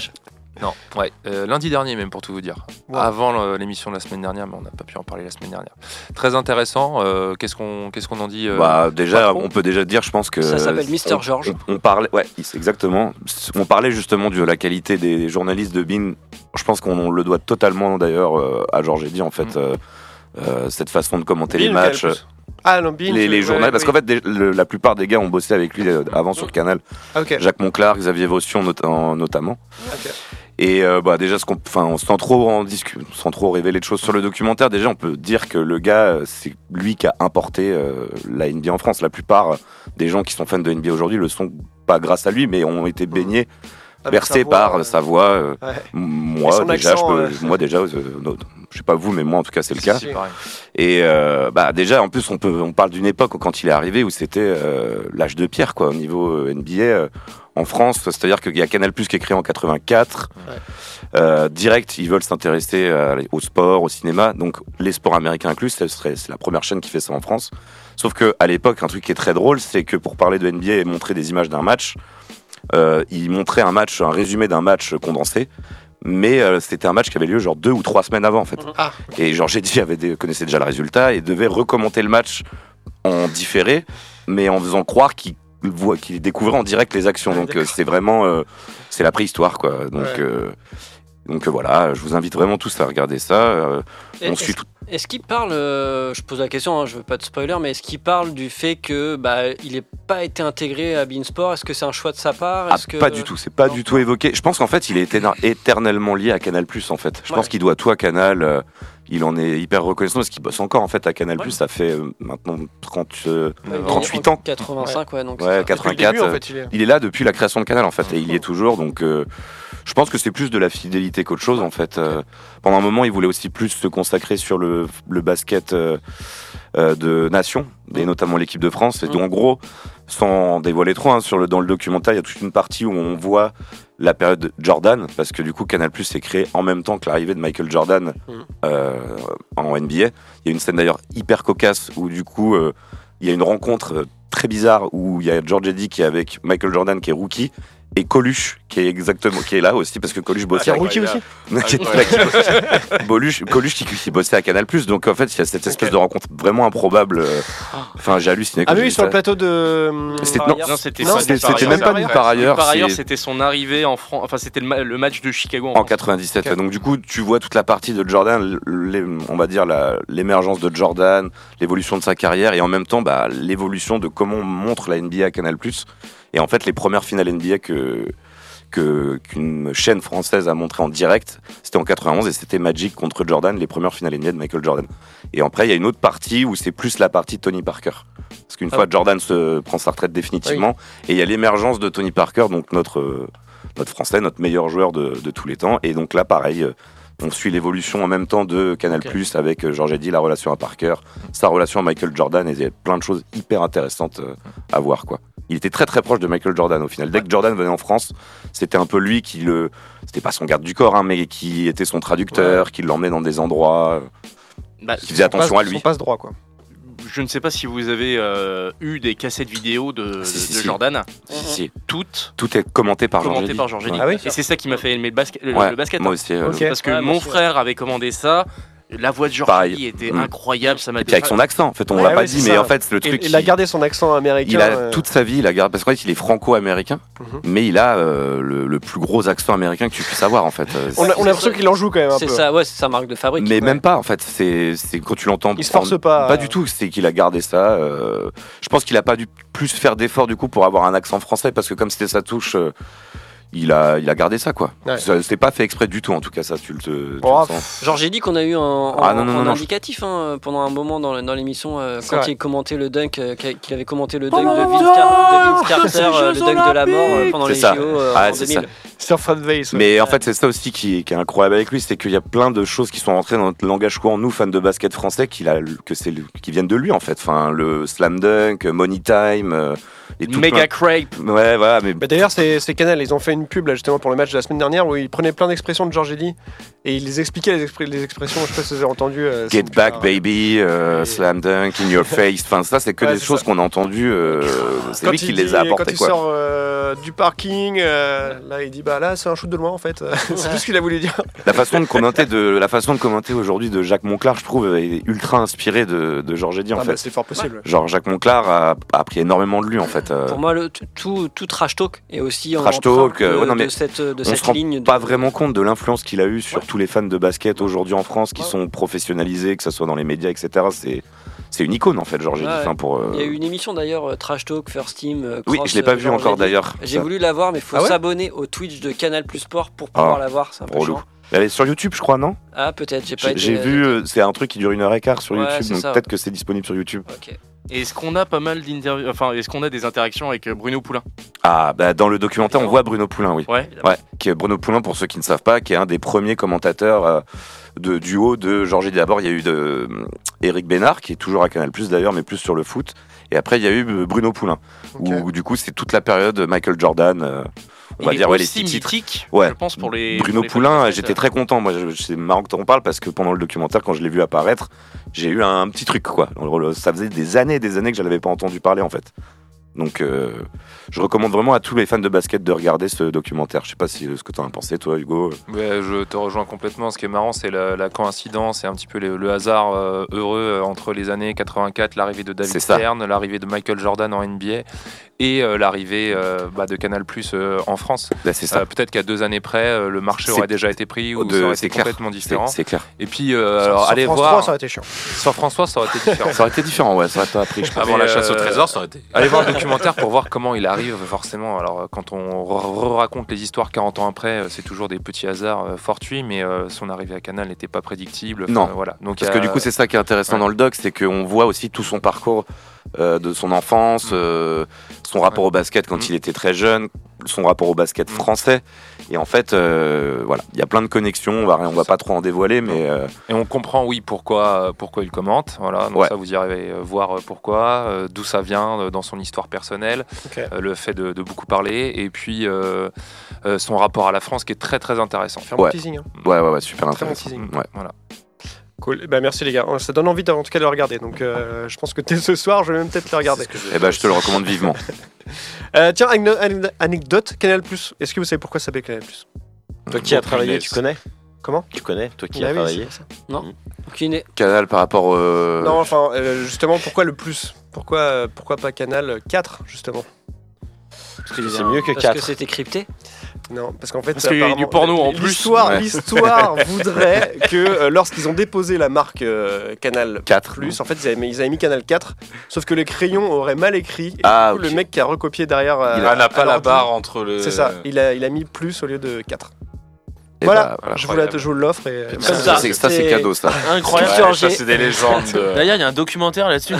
Non, ouais, euh, lundi dernier même pour tout vous dire. Ouais. Avant le- l'émission de la semaine dernière, mais on n'a pas pu en parler la semaine dernière. Très intéressant. euh, qu'est-ce qu'on qu'est-ce qu'on en dit euh, Bah déjà, pas trop on peut déjà dire, je pense que Ça s'appelle Mister on- George. On, on parlait, ouais, c'est exactement. On parlait justement de la qualité des journalistes de Bean. Je pense qu'on le doit totalement d'ailleurs euh, à Georges Eddy en fait. Mm. euh, euh, cette façon de commenter Bean les ou matchs, Canal+? Ah non, Bean, les, tu- les ouais, journalistes, parce oui. qu'en fait, des- le- la plupart des gars ont bossé avec lui euh, avant sur Canal. Ah, ok. Jacques Monclar, Xavier Vaution not- en- notamment. Ok. Et euh, bah déjà, ce qu'on, enfin, sans trop en discu- sans trop révéler de choses sur le documentaire, déjà, on peut dire que le gars, euh, c'est lui qui a importé euh, la N B A en France. La plupart des gens qui sont fans de N B A aujourd'hui le sont pas grâce à lui, mais ont été baignés, Avec bercés sa voix, par euh, sa voix. euh, Ouais. m- Et Moi, son déjà, accent, je peux, euh. moi déjà, euh, non, je sais pas vous, mais moi, en tout cas, c'est le cas. C'est pareil. Et euh, bah déjà, en plus, on peut, on parle d'une époque quand il est arrivé où c'était euh, l'âge de pierre, quoi, au niveau euh, N B A euh, en France. C'est-à-dire qu'il y a Canal+ qui est créé en quatre-vingt-quatre. Ouais. Euh, direct, ils veulent s'intéresser euh, au sport, au cinéma. Donc, les sports américains inclus, ce serait, c'est la première chaîne qui fait ça en France. Sauf que à l'époque, un truc qui est très drôle, c'est que pour parler de N B A et montrer des images d'un match, euh, ils montraient un match, un résumé d'un match condensé. Mais euh, c'était un match qui avait lieu genre deux ou trois semaines avant en fait. Ah. Et Georges Eddy avait des- connaissait déjà le résultat et devait recommenter le match en différé, mais en faisant croire qu'il voit, qu'il découvrait en direct les actions. Donc euh, c'est vraiment, euh, c'est la préhistoire quoi. Donc Ouais. euh, donc euh, voilà, je vous invite vraiment tous à regarder ça. Euh, Et on est-ce- suit tout. Est-ce qu'il parle, euh, je pose la question, hein, je veux pas de spoiler, mais est-ce qu'il parle du fait que bah, il n'ait pas été intégré à Beansport? Est-ce que c'est un choix de sa part? Ah, Est-ce que... pas du tout, c'est pas Non. du tout évoqué. Je pense qu'en fait, il est éterna- éternellement lié à Canal+. En fait, je Ouais. pense qu'il doit tout à Canal. euh, il en est hyper reconnaissant parce qu'il bosse encore en fait à Canal+. Ouais. Ça fait euh, maintenant trente, euh, Ouais, il est trente-huit en ans. quatre-vingt-cinq, ouais, donc Ouais, c'est ça. quatre-vingt-quatre. Depuis le début, en fait, il est- Il est là depuis la création de Canal en fait, et il y est toujours. Donc, euh, je pense que c'est plus de la fidélité qu'autre chose en fait. Euh, pendant un moment, il voulait aussi plus se consacrer sur le, le basket euh, euh, de nation, et notamment l'équipe de France. Et donc, en gros, sans dévoiler trop, hein, sur le, dans le documentaire, il y a toute une partie où on voit la période Jordan, parce que du coup, Canal+ s'est créé en même temps que l'arrivée de Michael Jordan euh, en N B A. Il y a une scène d'ailleurs hyper cocasse où du coup, euh, il y a une rencontre euh, très bizarre où il y a George Eddy qui est avec Michael Jordan qui est rookie et Coluche qui est exactement qui est là aussi parce que Coluche bossait Ah, avec- rookie aussi Qui est là, qui bossait- Coluche, Coluche qui, qui bossait à Canal+. Donc en fait, il y a cette espèce de rencontre vraiment improbable. euh, Enfin, j'ai halluciné. quand Ah j'ai oui, vu sur le ça. plateau de. C'était- Par non, ailleurs. Non, c'était Non, pas- c'était- par c'était ailleurs. même pas nulle part ailleurs. Par ailleurs, c'est- c'était son arrivée en France. Enfin, c'était le, ma- le match de Chicago en En France. quatre-vingt-dix-sept. Donc du coup, tu vois toute la partie de Jordan, les- on va dire la- l'émergence de Jordan, l'évolution de sa carrière, et en même temps, bah, l'évolution de comment on montre la N B A à Canal+. Et en fait, les premières finales N B A que que- qu'une chaîne française a montré en direct, c'était en quatre-vingt-onze et c'était Magic contre Jordan, les premières finales N B A de Michael Jordan. Et après, il y a une autre partie où c'est plus la partie de Tony Parker. Parce qu'une Ah fois oui. Jordan se prend sa retraite définitivement, et il y a l'émergence de Tony Parker, donc notre, euh, notre Français, notre meilleur joueur de, de tous les temps. Et donc là, pareil, euh, on suit l'évolution en même temps de Canal+, avec euh, Georges Eddy, la relation à Parker, sa relation à Michael Jordan, et il y a plein de choses hyper intéressantes euh, à voir, quoi. Il était très très proche de Michael Jordan au final. Dès que Jordan venait en France, c'était un peu lui qui le. C'était pas son garde du corps, hein, mais qui était son traducteur, qui l'emmenait dans des endroits, euh, Bah, qui faisait attention à lui. On passe droit, quoi. Je ne sais pas si vous avez euh, eu des cassettes vidéo de, Si, de- si, de si. Jordan. Si, si. Toutes Tout est commenté par Georges commentées Eddy. par Georges Eddy. Ouais. Ah oui Et c'est ça qui m'a fait aimer le basket. Le, Ouais, le basket moi hein. aussi. euh, Ok. Parce que Ouais, moi mon aussi, frère avait commandé ça. La voix de Georges Pareil. Eddy était Mm. incroyable. Ça m'a Et puis avec son accent, en fait, on Ouais, l'a ouais, pas c'est dit, ça. mais en fait, le Et- truc. Il a il- gardé son accent américain. Il a euh, toute sa vie, il a gardé parce qu'en fait, il est franco-américain, Mhm. mais il a euh, le, le plus gros accent américain que tu puisses avoir en fait. Euh, On a, on a l'impression qu'il en joue quand même un C'est peu. ça, ouais, c'est sa marque de fabrique. Mais même pas en fait, c'est c'est quand tu l'entends. Il se force en- pas, Pas euh. du tout, c'est qu'il a gardé ça. euh, Je pense qu'il a pas dû plus faire d'efforts du coup pour avoir un accent français parce que comme c'était sa touche, euh, il a il a gardé ça quoi. Ouais. Ça- C'était pas fait exprès du tout en tout cas ça tu le, te- tu Oh, le sens. Georges Eddy qu'on a eu en, en- Ah, non, non, en non, non, indicatif hein, pendant un moment dans, le- dans l'émission euh, C'est quand vrai. il commentait le dunk, euh, qu'il qu'il avait commenté le dunk de Vince, Car- de Vince Carter, euh, le dunk de la mort euh, pendant C'est les ça. J O euh, Ah, en c'est deux mille. Sur Fred Weiss. ouais. Mais en fait, c'est ça aussi qui est, qui est incroyable avec lui, c'est qu'il y a plein de choses qui sont rentrées dans notre langage courant, nous fans de basket français, qu'il a, que c'est, le- qui viennent de lui en fait. Enfin, le slam dunk, Money Time, euh, et tout Mega plein- Crape. Ouais, voilà, mais Bah, d'ailleurs, c'est c'est Canal, ils ont fait une pub là, justement pour le match de la semaine dernière où ils prenaient plein d'expressions de Georges Eddy et ils les expliquaient les, expr- les expressions. Je sais pas si vous avez entendu. euh, Get c'est Back super- Baby, euh, Slam Dunk, In Your Face. Enfin, ça, c'est que Ouais, des c'est choses ça. qu'on a entendues. euh, c'est Quand lui il qui dit- les a apportées, Quand il quoi. sort euh, du parking, euh, là il dit bah bah là c'est un shoot de loin en fait. C'est juste ce qu'il a voulu dire. La façon de commenter de la façon de commenter aujourd'hui de Jacques Monclar, je trouve, est ultra inspirée de, de Georges Eddy en Ah fait. bah, c'est fort possible. Genre Jacques Monclar a, a appris énormément de lui en fait. euh, Pour moi, le, tout, tout trash talk est aussi en Trash talk, de, euh, ouais, non, mais de cette, de on cette se rend ligne. de- pas vraiment compte de l'influence qu'il a eu sur tous les fans de basket aujourd'hui en France qui sont professionnalisés, que ce soit dans les médias, et cetera. C'est c'est une icône en fait, Georges Eddy. Ouais. Enfin, pour, euh, Il y a eu une émission d'ailleurs, euh, Trash Talk, First Team. euh, Oui, Cross, je l'ai pas euh, vu Georges encore, Eddy. d'ailleurs. J'ai Ça- voulu la voir, mais il faut Ah ouais s'abonner au Twitch de Canal Plus Sport pour pouvoir Ah, la voir. C'est un peu relou. chiant. Elle est sur YouTube, je crois, non? Ah, peut-être, j'ai pas J'ai été. j'ai vu, euh, c'est un truc qui dure une heure et quart sur Ouais, YouTube, c'est donc ça. peut-être que c'est disponible sur YouTube. Ok. Est-ce qu'on a pas mal d'interviews, enfin, est-ce qu'on a des interactions avec euh, Bruno Poulain? Ah, bah dans le documentaire, on voit Bruno Poulain, oui. Ouais. Ouais, qui est Bruno Poulain, pour ceux qui ne savent pas, qui est un des premiers commentateurs euh, de duo de Georges Eddy. D'abord, il y a eu de, euh, Éric Bénard, qui est toujours à Canal+, d'ailleurs, mais plus sur le foot. Et après, il y a eu euh, Bruno Poulain, Ok. où du coup, c'est toute la période Michael Jordan. euh, on Il va est dire, ouais, les aussi petits titres. mythique, Ouais. je pense, pour les. Bruno pour les fans de Poulain, basket. j'étais très content. Moi, je- c'est marrant que tu en parles parce que pendant le documentaire, quand je l'ai vu apparaître, j'ai eu un petit truc, quoi. Ça faisait des années et des années que je n'avais pas entendu parler, en fait. Donc, euh, je recommande vraiment à tous les fans de basket de regarder ce documentaire. Je sais pas si, ce que tu en as pensé, toi, Hugo. Ouais, je te rejoins complètement. Ce qui est marrant, c'est la, la coïncidence et un petit peu le, le hasard euh, heureux euh, entre les années quatre-vingt-quatre, l'arrivée de David C'est ça. Stern, l'arrivée de Michael Jordan en N B A et euh, l'arrivée euh, bah, de Canal+ euh, en France. Bah, c'est ça. Euh, Peut-être qu'à deux années près, euh, le marché C'est- aurait déjà été pris ou de- ça aurait c'est été clair. complètement C'est différent. c'est clair. Et puis, euh, Sur- alors, sur allez France voir. trois, ça aurait été chiant. Sur France trois, ça aurait été différent. Ça aurait été différent, ouais, ça aurait pas appris, je pense. Avant Mais, la chasse au euh, trésor, ça aurait été. Allez voir le documentaire pour voir comment il arrive forcément. Alors quand on re- raconte les histoires quarante ans après, euh, c'est toujours des petits hasards euh, fortuits, mais euh, son arrivée à Canal n'était pas prédictible. Enfin, Non. voilà. Donc, Parce il y que a- du coup, c'est ça qui est intéressant Ouais. dans le doc, c'est qu'on voit aussi tout son parcours euh, de son enfance, euh, son rapport Ouais. au basket quand Mm. il était très jeune, son rapport au basket Mm. français. Et en fait, euh, voilà, il y a plein de connexions. On va, on va pas trop en dévoiler, mais euh, Et on comprend, oui, pourquoi, euh, pourquoi il commente. Voilà, donc Ouais. ça, vous irez euh, voir euh, pourquoi, euh, d'où ça vient euh, dans son histoire personnelle, Ok. euh, le fait de, de beaucoup parler, et puis euh, euh, son rapport à la France qui est très très intéressant. Faire un Ouais. teasing. Hein. ouais, ouais, ouais, super Très bon intéressant. teasing. Ouais. Voilà. Cool. Bah, merci les gars. Ça donne envie en tout cas de le regarder. Donc euh, je pense que dès ce soir, je vais même peut-être le regarder. Eh ben, je te le recommande vivement. Euh, tiens, anecdo- ane- anecdote Canal+. Est-ce que vous savez pourquoi ça s'appelle Canal+? Toi qui as Aucune travaillé, idée. tu connais Comment? Tu connais, toi qui Ah as oui, travaillé. c'est ça. Non, aucune idée. Canal par rapport au. Non, enfin, euh, justement, pourquoi le plus? Pourquoi, euh, pourquoi pas Canal quatre, justement? Parce que c'est mieux que Parce que quatre. c'était crypté. Non, parce qu'en fait, Parce qu'il y a eu du apparemment, porno en plus. l'histoire, Ouais. l'histoire voudrait que euh, lorsqu'ils ont déposé la marque euh, Canal quatre. Plus, en fait, ils avaient, mis- ils avaient mis Canal quatre, sauf que les crayons auraient mal écrit. Et Ah, du coup, ok. le mec qui a recopié derrière. euh, Il n'a pas à la l'ordi, barre entre le. C'est ça, il a, il a mis plus au lieu de quatre. Eh Voilà, ben, voilà, je, vous la, incroyable. je vous l'offre. Et, Putain, comme Ça, ça. c'est ça, c'est c'est- cadeau, ça. Incroyable. Ouais, ça, c'est des légendes. de- D'ailleurs, il y a un documentaire là-dessus.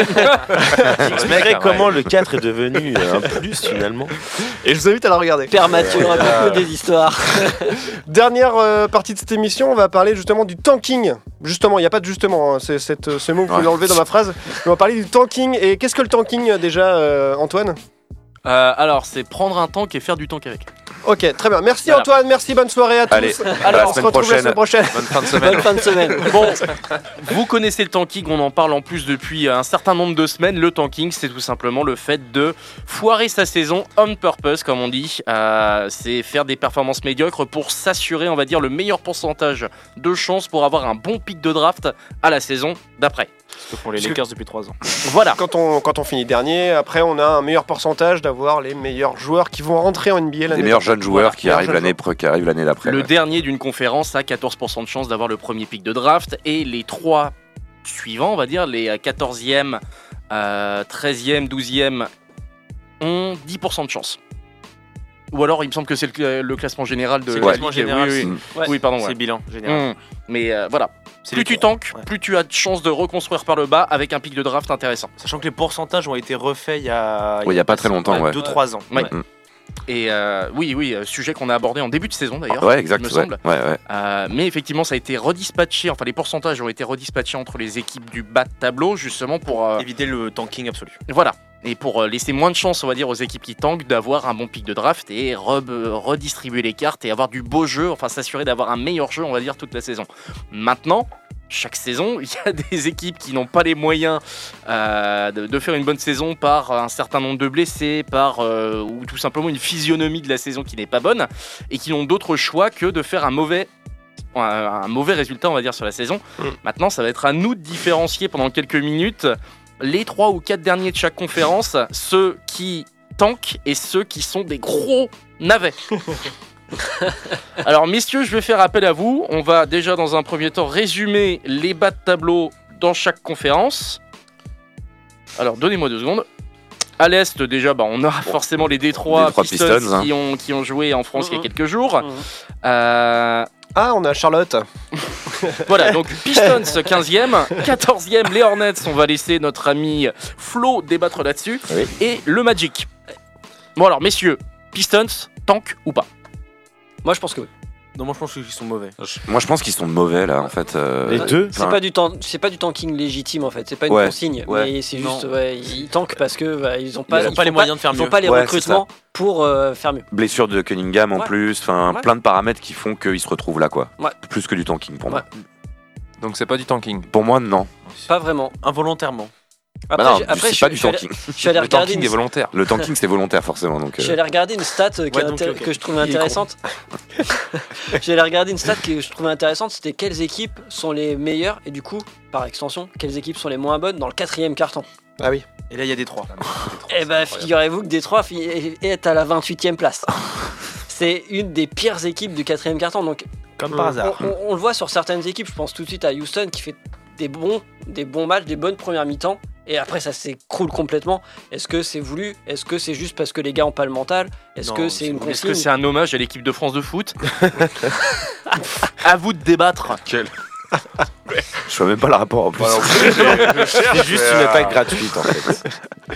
Expliquerait comment le quatre est devenu euh, un plus finalement. Et je vous invite à la regarder. Père Mathieu raconte des histoires. Dernière euh, partie de cette émission, on va parler justement du tanking. Justement, il n'y a pas de justement, hein, c'est cette, ce mot que vous pouvez Ouais. l'enlever dans ma phrase. On va parler du tanking. Et qu'est-ce que le tanking euh, déjà, euh, Antoine? Euh, alors, c'est prendre un tank et faire du tank avec. Ok, très bien. Merci Voilà. Antoine, merci, bonne soirée à tous. Allez, à Alors, la on se semaine retrouve la semaine prochaine. Bonne fin de semaine. Bonne fin de semaine. Bon, vous connaissez le tanking, on en parle en plus depuis un certain nombre de semaines. Le tanking, c'est tout simplement le fait de foirer sa saison on purpose, comme on dit. Euh, c'est faire des performances médiocres pour s'assurer, on va dire, le meilleur pourcentage de chances pour avoir un bon pic de draft à la saison d'après. Ce que font les Lakers depuis trois ans. Voilà. Quand on, quand on finit dernier, après, on a un meilleur pourcentage d'avoir les meilleurs joueurs qui vont rentrer en N B A l'année Les meilleurs prochaine. jeunes joueurs Voilà, qui meilleurs arrivent jeunes l'année pro- qui arrivent l'année d'après. Le ouais. dernier d'une conférence a quatorze pour cent de chance d'avoir le premier pic de draft et les trois suivants, on va dire, les quatorzième, euh, treizième, douzième ont dix pour cent de chance. Ou alors, il me semble que c'est le, le classement général de C'est le la classement ligue. général, Oui, oui, Mm. oui. Ouais, Oui, pardon. C'est ouais. le bilan général. Mm. Mais euh, voilà, C'est plus les tu trois. tankes, Ouais. plus tu as de chances de reconstruire par le bas avec un pic de draft intéressant. Sachant que les pourcentages ont été refaits il y a. Oui, il y a pas très longtemps, ouais. deux trois ans. Ouais. Mm. Et euh, oui, oui, euh, sujet qu'on a abordé en début de saison d'ailleurs. Ouais, exact. il me ouais. semble. Ouais, ouais. Euh, mais effectivement, ça a été redispatché, enfin les pourcentages ont été redispatchés entre les équipes du bas de tableau, justement pour... euh, Éviter le tanking absolu. voilà. Et pour euh, laisser moins de chance, on va dire, aux équipes qui tankent d'avoir un bon pic de draft et re- euh, redistribuer les cartes et avoir du beau jeu, enfin s'assurer d'avoir un meilleur jeu, on va dire, toute la saison. Maintenant, chaque saison, il y a des équipes qui n'ont pas les moyens euh, de, de faire une bonne saison par un certain nombre de blessés, par euh, ou tout simplement une physionomie de la saison qui n'est pas bonne, et qui n'ont d'autre choix que de faire un mauvais, un, un mauvais résultat, on va dire, sur la saison. Mmh. Maintenant, ça va être à nous de différencier pendant quelques minutes les trois ou quatre derniers de chaque conférence, ceux qui tankent et ceux qui sont des gros navets. Alors messieurs, je vais faire appel à vous. On va déjà dans un premier temps résumer les bas de tableau dans chaque conférence. Alors donnez-moi deux secondes. À l'Est déjà, bah, on a forcément les Détroit, Détroit Pistons, Pistons hein. qui, ont, qui ont joué en France mmh. il y a quelques jours. Mmh. Euh... Ah, on a Charlotte. Voilà, donc Pistons quinzième, quatorzième les Hornets, on va laisser notre ami Flo débattre là-dessus. Oui. Et le Magic. Bon alors messieurs, Pistons, tank ou pas? Moi je pense que oui. Non, moi je pense qu'ils sont mauvais. Moi je pense qu'ils sont mauvais là en fait. Euh... Les deux. C'est pas du tan- c'est pas du tanking légitime en fait. C'est pas une ouais. consigne, ouais. mais c'est juste ouais, ils tankent parce que bah, ils ont pas, ils pas les moyens pas, de faire mieux. Ils ont pas les ouais, recrutements pour euh, faire mieux. Blessure de Cunningham en ouais. plus, enfin ouais. plein de paramètres qui font qu'ils se retrouvent là quoi. Ouais. Plus que du tanking pour ouais. moi. Donc c'est pas du tanking. Pour moi non. Pas vraiment. Involontairement. Après, bah non, après, c'est je, pas je, du je tanking. Allé, je suis allé le regarder tanking une... est volontaire. Le tanking c'est volontaire forcément. Donc, euh... Je suis allé regarder une stat euh, ouais, donc, intér... okay. que je trouvais intéressante. J'ai allé regarder une stat que je trouvais intéressante, c'était quelles équipes sont les meilleures et du coup, par extension, quelles équipes sont les moins bonnes dans le quatrième quart-temps. Ah oui. Et là il y a Détroit. Et bah figurez-vous que Détroit est à la vingt-huitième place. C'est une des pires équipes du quatrième quart-temps. Donc, comme par hasard. On, on, on le voit sur certaines équipes. Je pense tout de suite à Houston qui fait des bons, des bons matchs, des bonnes premières mi-temps. Et après, ça s'écroule complètement. Est-ce que c'est voulu? Est-ce que c'est juste parce que les gars ont pas le mental? Est-ce non, que c'est une consigne? Est-ce que c'est un hommage à l'équipe de France de foot? À vous de débattre. Quel... Je vois même pas le rapport en plus. C'est juste une attaque gratuite en fait.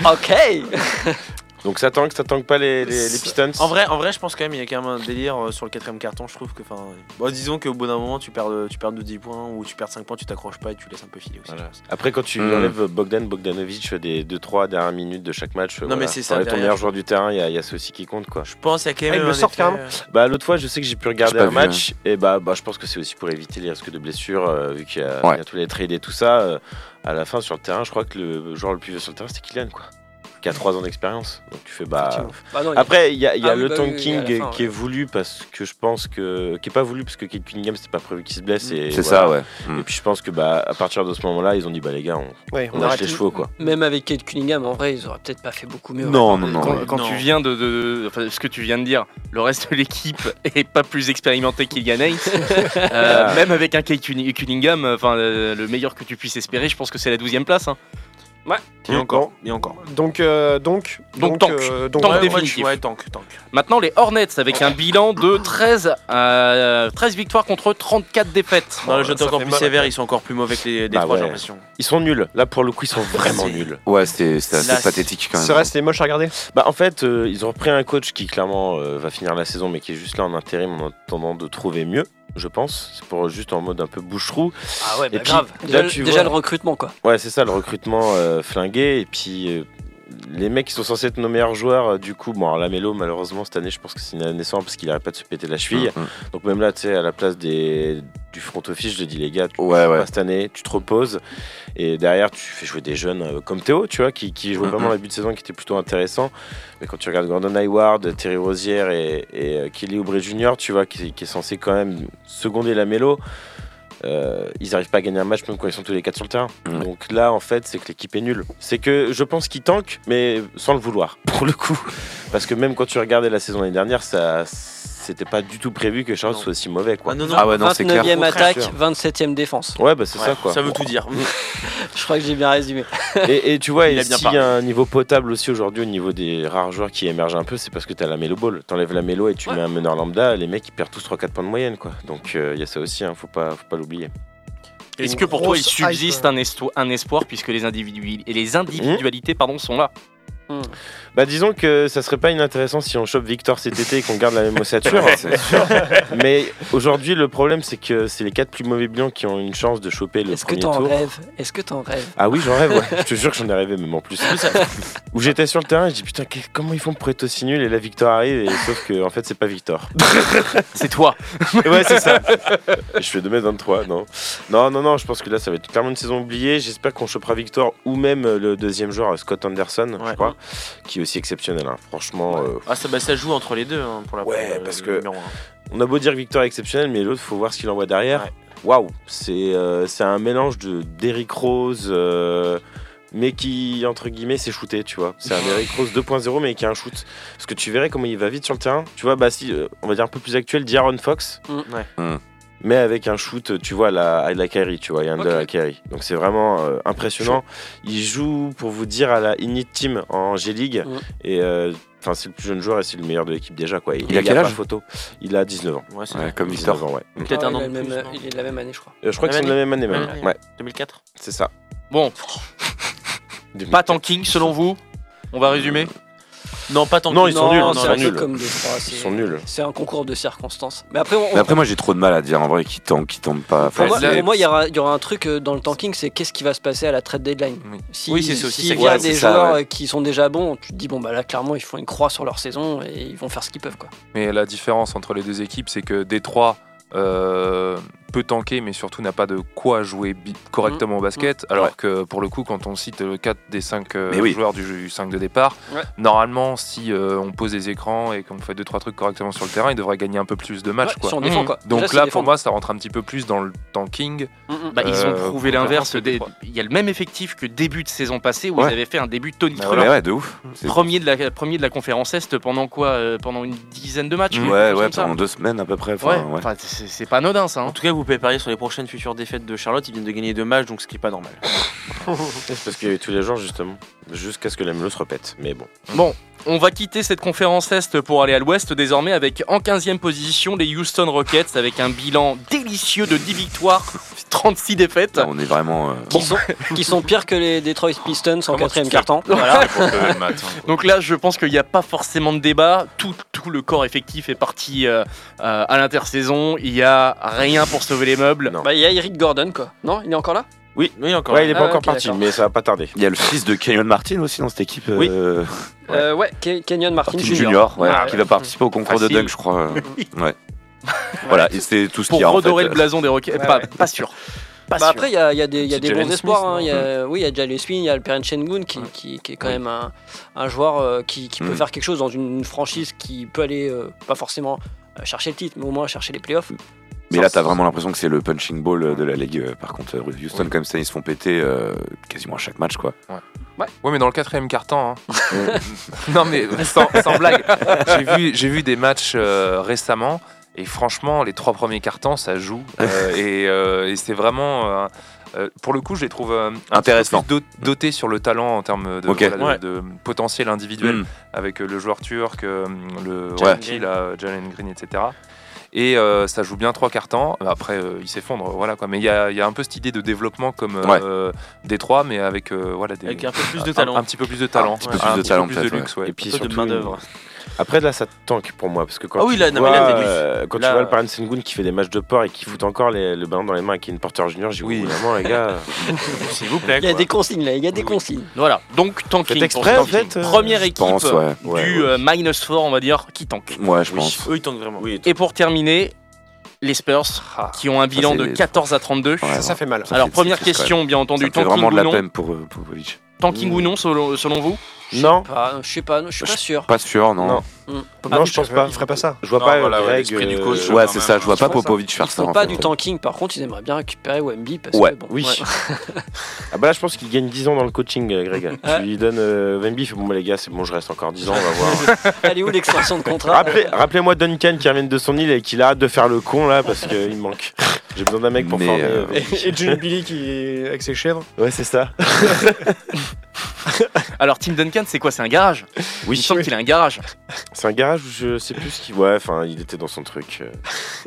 Ok. Donc ça tank, ça tank pas les, les, les Pistons. En vrai, en vrai, je pense quand même il y a quand même un délire sur le quatrième carton. Je trouve que, enfin, bon, disons qu'au bout d'un moment, tu perds, tu perds de dix points ou tu perds cinq points, tu t'accroches pas et tu laisses un peu filer aussi. Voilà. Après, quand tu mmh. enlèves Bogdan Bogdanovic des deux trois dernières minutes de chaque match, non voilà. mais c'est ça. Ton meilleur joueur du terrain, il y, y a ceci qui compte quoi. Je pense qu'il y a quand même. Ah, il me sort carrément. Bah l'autre fois, je sais que j'ai pu regarder un vu, match hein. et bah, bah je pense que c'est aussi pour éviter les risques de blessures euh, vu qu'il y a, ouais. y a tous les trades et tout ça. Euh, à la fin sur le terrain, je crois que le joueur le plus vieux sur le terrain c'était Kylian quoi. Qui a trois ans d'expérience. Donc tu fais bah. bah non, Après, il y a, y a ah, oui, le bah tanking oui, fin, qui ouais. est voulu parce que je pense que. Qui est pas voulu parce que Kate Cunningham, c'était pas prévu qu'il se blesse. Et c'est voilà. ça, ouais. Et puis je pense que bah, à partir de ce moment-là, ils ont dit bah les gars, on, ouais, on, on lâche les chevaux quoi. Même avec Kate Cunningham, en vrai, ils auraient peut-être pas fait beaucoup mieux. Non, non, non. Quand, ouais. quand non. tu viens de. de enfin, ce que tu viens de dire, le reste de l'équipe est pas plus expérimenté qu'Ilian Hayes. euh, même avec un Kate Cunningham, enfin, le meilleur que tu puisses espérer, je pense que c'est la douzième place. Hein. Ouais, et encore, et encore. Donc, euh, donc, donc, donc, tank, euh, donc tank ouais, définitif. Ouais, tank, tank. Maintenant, les Hornets avec un bilan de treize, euh, treize victoires contre trente-quatre défaites. Dans le jeu encore plus mal, sévère, ouais. ils sont encore plus mauvais que les Détroit, bah ouais. j'ai l'impression. Ils sont nuls. Là, pour le coup, ils sont vraiment nuls. Ouais, c'était assez Là, pathétique quand même. C'est vrai, c'était moche à regarder. Bah en fait, euh, ils ont repris un coach qui clairement euh, va finir la saison, mais qui est juste là en intérim en attendant de trouver mieux. Je pense, c'est pour juste en mode un peu bouche-trou. Ah ouais, bah et puis, grave. là, Déjà, tu déjà vois, le recrutement quoi. Ouais, c'est ça, le recrutement euh, flingué. Et puis, euh, les mecs qui sont censés être nos meilleurs joueurs, euh, du coup, bon, alors Lamelo, malheureusement, cette année, je pense que c'est une année sans parce qu'il arrête pas de se péter la cheville. Mm-hmm. Donc, même là, tu sais, à la place des, du front office, je te dis, les gars, tu ouais, ouais. pas cette année, tu te reposes. Et derrière, tu fais jouer des jeunes euh, comme Théo, tu vois, qui, qui jouait mm-hmm. vraiment le début de saison, qui était plutôt intéressant. Mais quand tu regardes Gordon Hayward, Terry Rozier et, et euh, Kelly Oubre junior, tu vois, qui, qui est censé quand même seconder Lamelo. Euh, ils n'arrivent pas à gagner un match même quand ils sont tous les quatre sur le terrain. Mmh. Donc là, en fait, c'est que l'équipe est nulle. C'est que je pense qu'ils tankent, mais sans le vouloir, pour le coup. Parce que même quand tu regardais la saison l'année dernière, ça, c'était pas du tout prévu que Charles soit aussi mauvais. Quoi. Ah, non, non. Ah ouais, non, c'est clair. vingt-neuvième attaque, vingt-septième défense. Ouais, bah c'est ouais, ça quoi. Ça veut tout dire. Je crois que j'ai bien résumé. Et, et tu vois, il s'il y a un niveau potable aussi aujourd'hui au niveau des rares joueurs qui émergent un peu, c'est parce que t'as la Melo Ball. T'enlèves la Melo et tu ouais. mets un meneur lambda, les mecs ils perdent tous trois quatre points de moyenne. Quoi. Donc il euh, y a ça aussi, hein, faut pas, faut pas l'oublier. Est-ce que pour toi il subsiste un, esto- un espoir puisque les, individui- et les individualités pardon, sont là? Mm. Bah disons que ça serait pas inintéressant si on chope Victor cet été et qu'on garde la même ossature. C'est sûr. Mais aujourd'hui le problème c'est que c'est les quatre plus mauvais bilans qui ont une chance de choper le Est-ce que premier t'en tour. rêves Est-ce que t'en rêves Ah oui j'en rêve ouais. Je te jure que j'en ai rêvé même en plus. Où j'étais sur le terrain et je dis putain que- comment ils font pour être aussi nuls et la Victor arrive et sauf que en fait c'est pas Victor. C'est toi. Ouais c'est ça. Et je fais deux mètres vingt-trois non. Non non non je pense que là ça va être clairement une saison oubliée. J'espère qu'on chopera Victor ou même le deuxième joueur Scott Anderson je crois qui est aussi exceptionnel hein. Franchement. Euh, Ah, ça, bah, ça joue entre les deux hein, pour la Ouais, pour le- parce le que- numéro un. On a beau dire que Victor est exceptionnel, mais l'autre, faut voir ce qu'il envoie derrière. Waouh, c'est euh, c'est un mélange de d'Eric Rose, euh, mais qui, entre guillemets, s'est shooté, tu vois. C'est un Eric Rose deux point zéro, mais qui a un shoot. Parce que tu verrais comment il va vite sur le terrain. Tu vois, bah si, euh, on va dire un peu plus actuel, D'Aaron Fox. Mm. Ouais. Mm. Mais avec un shoot, tu vois, à la, à la Kyrie, tu vois, il y a un Ok. de la Kyrie. Donc c'est vraiment euh, impressionnant. Il joue, pour vous dire, à la Init Team en G-League. Mm. Et euh, enfin, c'est le plus jeune joueur et c'est le meilleur de l'équipe déjà, quoi. Il a y quel pas âge photo. Il a dix-neuf ans. Ouais, c'est Ouais, vrai. comme Victor. dix-neuf ans, ouais. Mm. Peut-être Ah, un il, an a de le même, plus, non il est de la même année, je crois. Euh, je crois que c'est Même de la même année, même. Ouais, Ouais, deux mille quatre. c'est ça. Bon, pas tanking selon vous. On va résumer. Non, pas tant Non, que- ils sont nuls, Non, ils c'est sont un peu nuls. comme Détroit. Ils sont nuls. C'est un concours de circonstances. Mais après, on, Mais après, moi, j'ai trop de mal à dire en vrai qui tank, qui tank pas. Pour Enfin, moi, c'est- pour moi, il y aura, il y aura un truc euh, dans le tanking, c'est qu'est-ce qui va se passer à la trade deadline. Oui. Si, Oui, c'est aussi si ça il qui- y a ouais, des c'est ça, joueurs ouais. euh, qui sont déjà bons, tu te dis bon bah là clairement ils font une croix sur leur saison et ils vont faire ce qu'ils peuvent quoi. Mais la différence entre les deux équipes, c'est que Détroit euh, peut tanker, mais surtout n'a pas de quoi jouer bi- correctement au basket. Alors Ouais. que pour le coup, quand on cite quatre des cinq Mais oui. joueurs du cinq de départ, Ouais. normalement, si euh, on pose des écrans et qu'on fait deux trois trucs correctement sur le terrain, ils devraient gagner un peu plus de matchs. Ouais, quoi. si on défend, Mmh. quoi. Donc Déjà, c'est là, défendre. pour moi, ça rentre un petit peu plus dans le tanking. Mm, mm. Bah, ils ont Euh, prouvé pour l'inverse. faire un peu des- Détroit. Il y a le même effectif que début de saison passée où Ouais. ils avaient fait un début tonitruant. Ouais, ouais, de ouf. C'est- Premier de, la, premier de la conférence Est pendant quoi euh, Pendant une dizaine de matchs quelque Ouais, chose ouais, comme ça. pendant deux semaines à peu près. Enfin, Ouais, ouais. enfin, c'est c'est pas anodin ça. hein. En tout cas, vous pouvez parier sur les prochaines futures défaites de Charlotte. Ils viennent de gagner deux matchs, donc ce qui est pas normal. C'est parce qu'il y a eu tous les jours, justement. Jusqu'à ce que la Melo se répète. Mais bon. Bon, on va quitter cette conférence Est pour aller à l'Ouest désormais avec en quinzième position les Houston Rockets avec un bilan délicieux de dix victoires, trente-six défaites. Là, on est vraiment. euh, Qui, sont, qui sont pires que les Detroit Pistons en Comment quatrième tu fais quart-temps. Voilà. Pour lever le mat, hein. Donc là, je pense qu'il n'y a pas forcément de débat. Tout, tout le corps effectif est parti euh, euh, à l'intersaison. Il n'y a rien pour sauver les meubles. Non. Bah il y a Eric Gordon quoi. Non, il est encore là. Oui, Oui, encore. ouais, il est pas Ah, encore ok, parti, d'accord. mais ça va pas tarder. Il y a le fils de Kenyon Martin aussi dans cette équipe. Oui. euh, Euh, ouais, Ke- Kenyon Martin Martin Junior. Junior, ouais, Ah, qui va participer au concours Facile. de dunk, je crois. euh, ouais. Voilà, et c'est tout ce qu'il Pour y a en redorer fait. le blason des Rockets. Ouais, pas, ouais. pas sûr. Pas Bah sûr. après, il y a, il y a des, il y a C'est des bons Jalen espoirs. Smith, hein. non Il y a, oui, il y a Jalen Smith, il y a le Perrin Sengun qui, Ouais. qui, qui est quand même un, un joueur euh, qui, qui peut Mm. faire quelque chose dans une, une franchise qui peut aller, euh, pas forcément euh, chercher le titre, mais au moins chercher les playoffs. Mais là, t'as vraiment l'impression que c'est le punching ball de la ligue. euh, Par contre, euh, Houston, Oui. comme ça, ils se font péter euh, quasiment à chaque match, quoi. Ouais, mais dans le quatrième quart-temps. hein. non, mais sans, sans blague. J'ai vu, j'ai vu des matchs euh, récemment. Et franchement, les trois premiers cartons, ça joue. Euh, et euh, et c'est vraiment. euh, euh, pour le coup, je les trouve euh, un Intéressant. petit peu plus do- dotés sur le talent en termes de, Ok. voilà, de- Ouais. de potentiel individuel Mm. avec euh, le joueur turc, euh, le Ouais. rookie, là, Jalen Green, et cetera. Et euh, ça joue bien trois quarts-temps. Après, euh, il s'effondre, voilà quoi. Mais il y a, il y a un peu cette idée de développement comme Ouais. euh, Détroit, mais avec euh, voilà des, Avec un peu plus de un- talent. Un, petit peu plus de talent, Un petit peu plus de petit talent, plus de peut-être, luxe, ouais. Et puis Un peu de surtout, main-d'œuvre. après là, ça tank pour moi parce que quand Ah oui, tu là, non, mais vois, là, t'as vu. euh, quand Là- tu vois le Perrin Sengun qui fait des matchs de port et qui fout encore les- le ballon dans les mains à Kevin Porter Junior, j'ai dit Oui. oui, vraiment les gars. S'il vous plaît. Il y a quoi. des consignes là, il y a des Oui. consignes. Voilà, donc tanking. Faites exprès pour en ce tanking. fait. euh, Première je équipe pense, ouais. Ouais, du ouais. euh, minus quatre, on va dire, qui tank. Ouais, je Oui, pense. eux, ils tankent vraiment. Oui, Et pour terminer, les Spurs Ah. qui ont un bilan c'est de les- quatorze à trente-deux. Ouais, Ça, ça fait mal. Ça Alors fait- première c'est triste, question, bien Ça entendu, me fait tanking vraiment de ou la non peine pour euh, Popovic. Tanking ou non selon, selon vous Non, Pas, je sais pas, je suis pas sûr. Pas sûr, non. Non. Mm. non, je pense pas. Il ferait pas ça. Je vois Non, pas voilà, ouais, Greg. l'esprit du euh, coach. Ouais, quand c'est même, ça, je vois hein. pas Ils font Popovic faire Ils ça. font en pas fait. du tanking, par contre, ils aimeraient bien récupérer Wemby parce Ouais, que bon. oui. ouais. Ah bah là, je pense qu'il gagne dix ans dans le coaching, euh, Greg. Ouais. Tu lui donnes euh, Wemby, il fait bon, bah, les gars, c'est bon, je reste encore dix ans, on va voir. Elle est où l'extension de contrat Rappelez- Rappelez-moi Duncan qui revient de son île et qu'il arrête de faire le con là parce qu'il me manque. J'ai besoin d'un mec pour Mais, former. euh, euh, Et, et Jimmy Billy qui est avec ses chèvres. Ouais, c'est ça. Alors Tim Duncan, c'est quoi? C'est un garage? Il me Oui, semble qu'il a un garage. c'est un garage où je sais plus ce qu'il. Ouais, enfin, il était dans son truc. euh.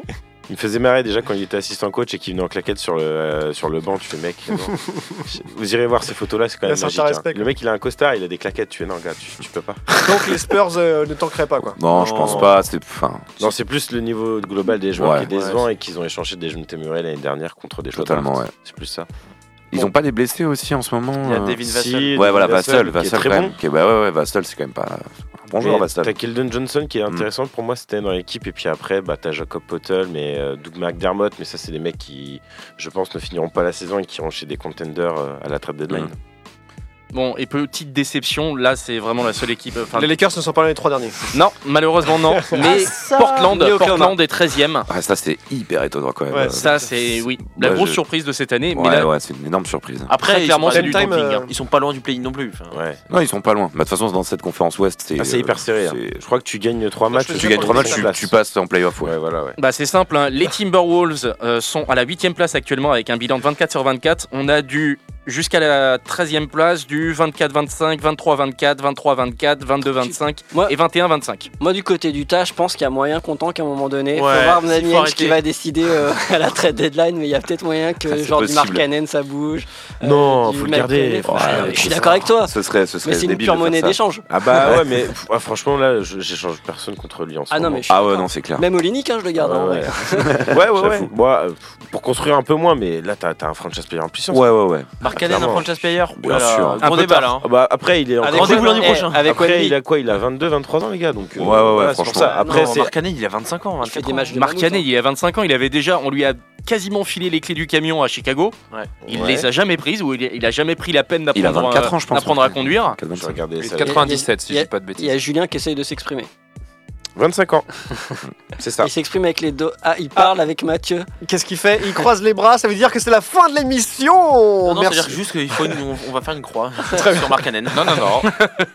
Il me faisait marrer déjà quand il était assistant coach et qu'il venait en claquette sur le, euh, sur le banc. Tu fais, mec, non. Vous irez voir ces photos-là, c'est quand même Là, magique. Hein. Le mec, il a un costard, il a des claquettes. Tu fais, non, gars, tu, tu peux pas. Donc les Spurs euh, ne tankeraient pas, quoi. Non, je pense pas. C'est, enfin, non, c'est plus le niveau global des joueurs ouais, qui est décevant ouais, et qu'ils ont échangé des jeunes Murray l'année dernière contre des joueurs. Totalement, ouais. C'est plus ça. Ils ont pas des blessés aussi en ce moment. Il y a euh... Devin Vassell. Si, ouais, voilà, Vassell, Vassell, qui est Vassell très quand bon. même. Qui est- bah ouais, ouais, Vassell, c'est quand même pas un bon joueur, Vassell. T'as Keldon Johnson qui est intéressant mm. pour moi, c'était dans l'équipe. Et puis après, bah, t'as Jacob Poeltl, mais euh, Doug McDermott. Mais ça, c'est des mecs qui, je pense, ne finiront pas la saison et qui iront chez des contenders euh, à la trade deadline. Mm. Bon, et petite déception, là c'est vraiment la seule équipe. Enfin, Les Lakers ne sont pas là les trois derniers. Non, malheureusement non. Mais ça, Portland, mais Portland est treizième. Ah, ça, c'est hyper étonnant quand même. Ouais, Ça, c'est oui, la Ouais, grosse je- surprise de cette année. Ouais, mais là, ouais, c'est une énorme surprise. Après, Très ils clairement, sont, c'est pas du loin du tanking, tanking, euh, hein. Ils sont pas loin du play-in non plus. Enfin, Ouais. Non, ils sont pas loin. Mais de toute façon, dans cette conférence Ouest, c'est Ah, c'est hyper serré. hein. c'est- Je crois que tu gagnes trois matchs. je te Tu gagnes trois matchs, tu, tu passes en playoff. Ouais. Ouais, voilà, ouais. bah, c'est simple, hein. Les Timberwolves euh, sont à la huitième place actuellement avec un bilan de vingt-quatre sur vingt-quatre. On a du jusqu'à la treizième place du vingt-quatre vingt-cinq, vingt-trois vingt-quatre, vingt-trois vingt-quatre, vingt-deux vingt-cinq Moi, et vingt et un vingt-cinq. moi, du côté du tas, je pense qu'il y a moyen qu'on tanque à un moment donné. Ouais, faut voir mon il ami faut Hench qui arrêter. va décider euh, à la trade deadline, mais il y a peut-être moyen que Ah, c'est genre du possible. Markkanen ça bouge. euh, Non, du faut le Mike garder. Conley. Ouais, Ouais, je suis faut d'accord avec toi. Ce serait, ce serait Mais c'est une débile pure de faire monnaie ça. d'échange. Ah bah ouais, mais pff, ouais, franchement, là, je- j'échange personne contre lui en ce Ah non, moment. mais je suis Ah ouais, d'accord. non, c'est clair. Même Olinik, hein, je le garde. en Ouais, vrai. ouais, ouais, ouais, ouais. J'avoue. Moi, euh, pour construire un peu moins, mais là, t'as t'as un franchise player en puissance. Ouais, ouais, ouais. Markkanen, un Clairement. franchise player. Bien Oulala, sûr. Gros Un peu débat tard. là. hein. Ah bah, après, il est encore. Allez, rendez-vous lundi Eh, prochain. avec Après, Wemby. il a quoi Il a vingt-deux, vingt-trois ans, les gars. Donc, euh, Ouais, ouais, ouais, voilà, c'est pour franchement. ça. Après, Non, c'est. Markkanen, il a vingt-cinq ans. Il fait vingt-quatre des ans. matchs de Markkanen, mammouth, hein. il a vingt-cinq ans, il avait déjà, on lui a quasiment filé les clés du camion à Chicago. Ouais. Il Ouais. les a jamais prises ou il, il a jamais pris la peine Il a d'apprendre, vingt-quatre à- ans, je pense. d'apprendre à conduire. Je vais regarder ça. quatre-vingt-dix-sept, si Il y je a- dis pas de Il y a bêtises. Julien qui essaye de s'exprimer. vingt-cinq ans. C'est ça. Il s'exprime avec les dos. Ah, il parle avec Mathieu. Qu'est-ce qu'il fait? Il croise les bras, ça veut dire que c'est la fin de l'émission. Non, non, Merci. c'est-à-dire juste qu'il faut une- on, on va faire une croix Très bien. sur Markkanen. Non, non, non.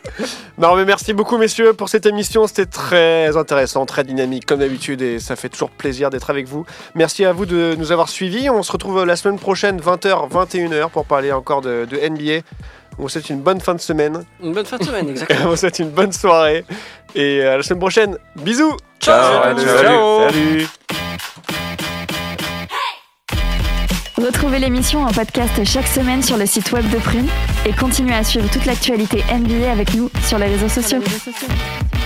Non mais merci beaucoup messieurs pour cette émission, c'était très intéressant, très dynamique comme d'habitude et ça fait toujours plaisir d'être avec vous. Merci à vous de nous avoir suivis, on se retrouve la semaine prochaine vingt heures, vingt et une heures pour parler encore de, de N B A. On vous souhaite une bonne fin de semaine, Une bonne fin de semaine, on exactement. vous souhaite une bonne soirée et à la semaine prochaine, bisous. Ciao. Salut. Salut. Salut. Retrouvez l'émission en podcast chaque semaine sur le site web de Prune et continuez à suivre toute l'actualité N B A avec nous sur les réseaux sociaux. Sur les réseaux sociaux.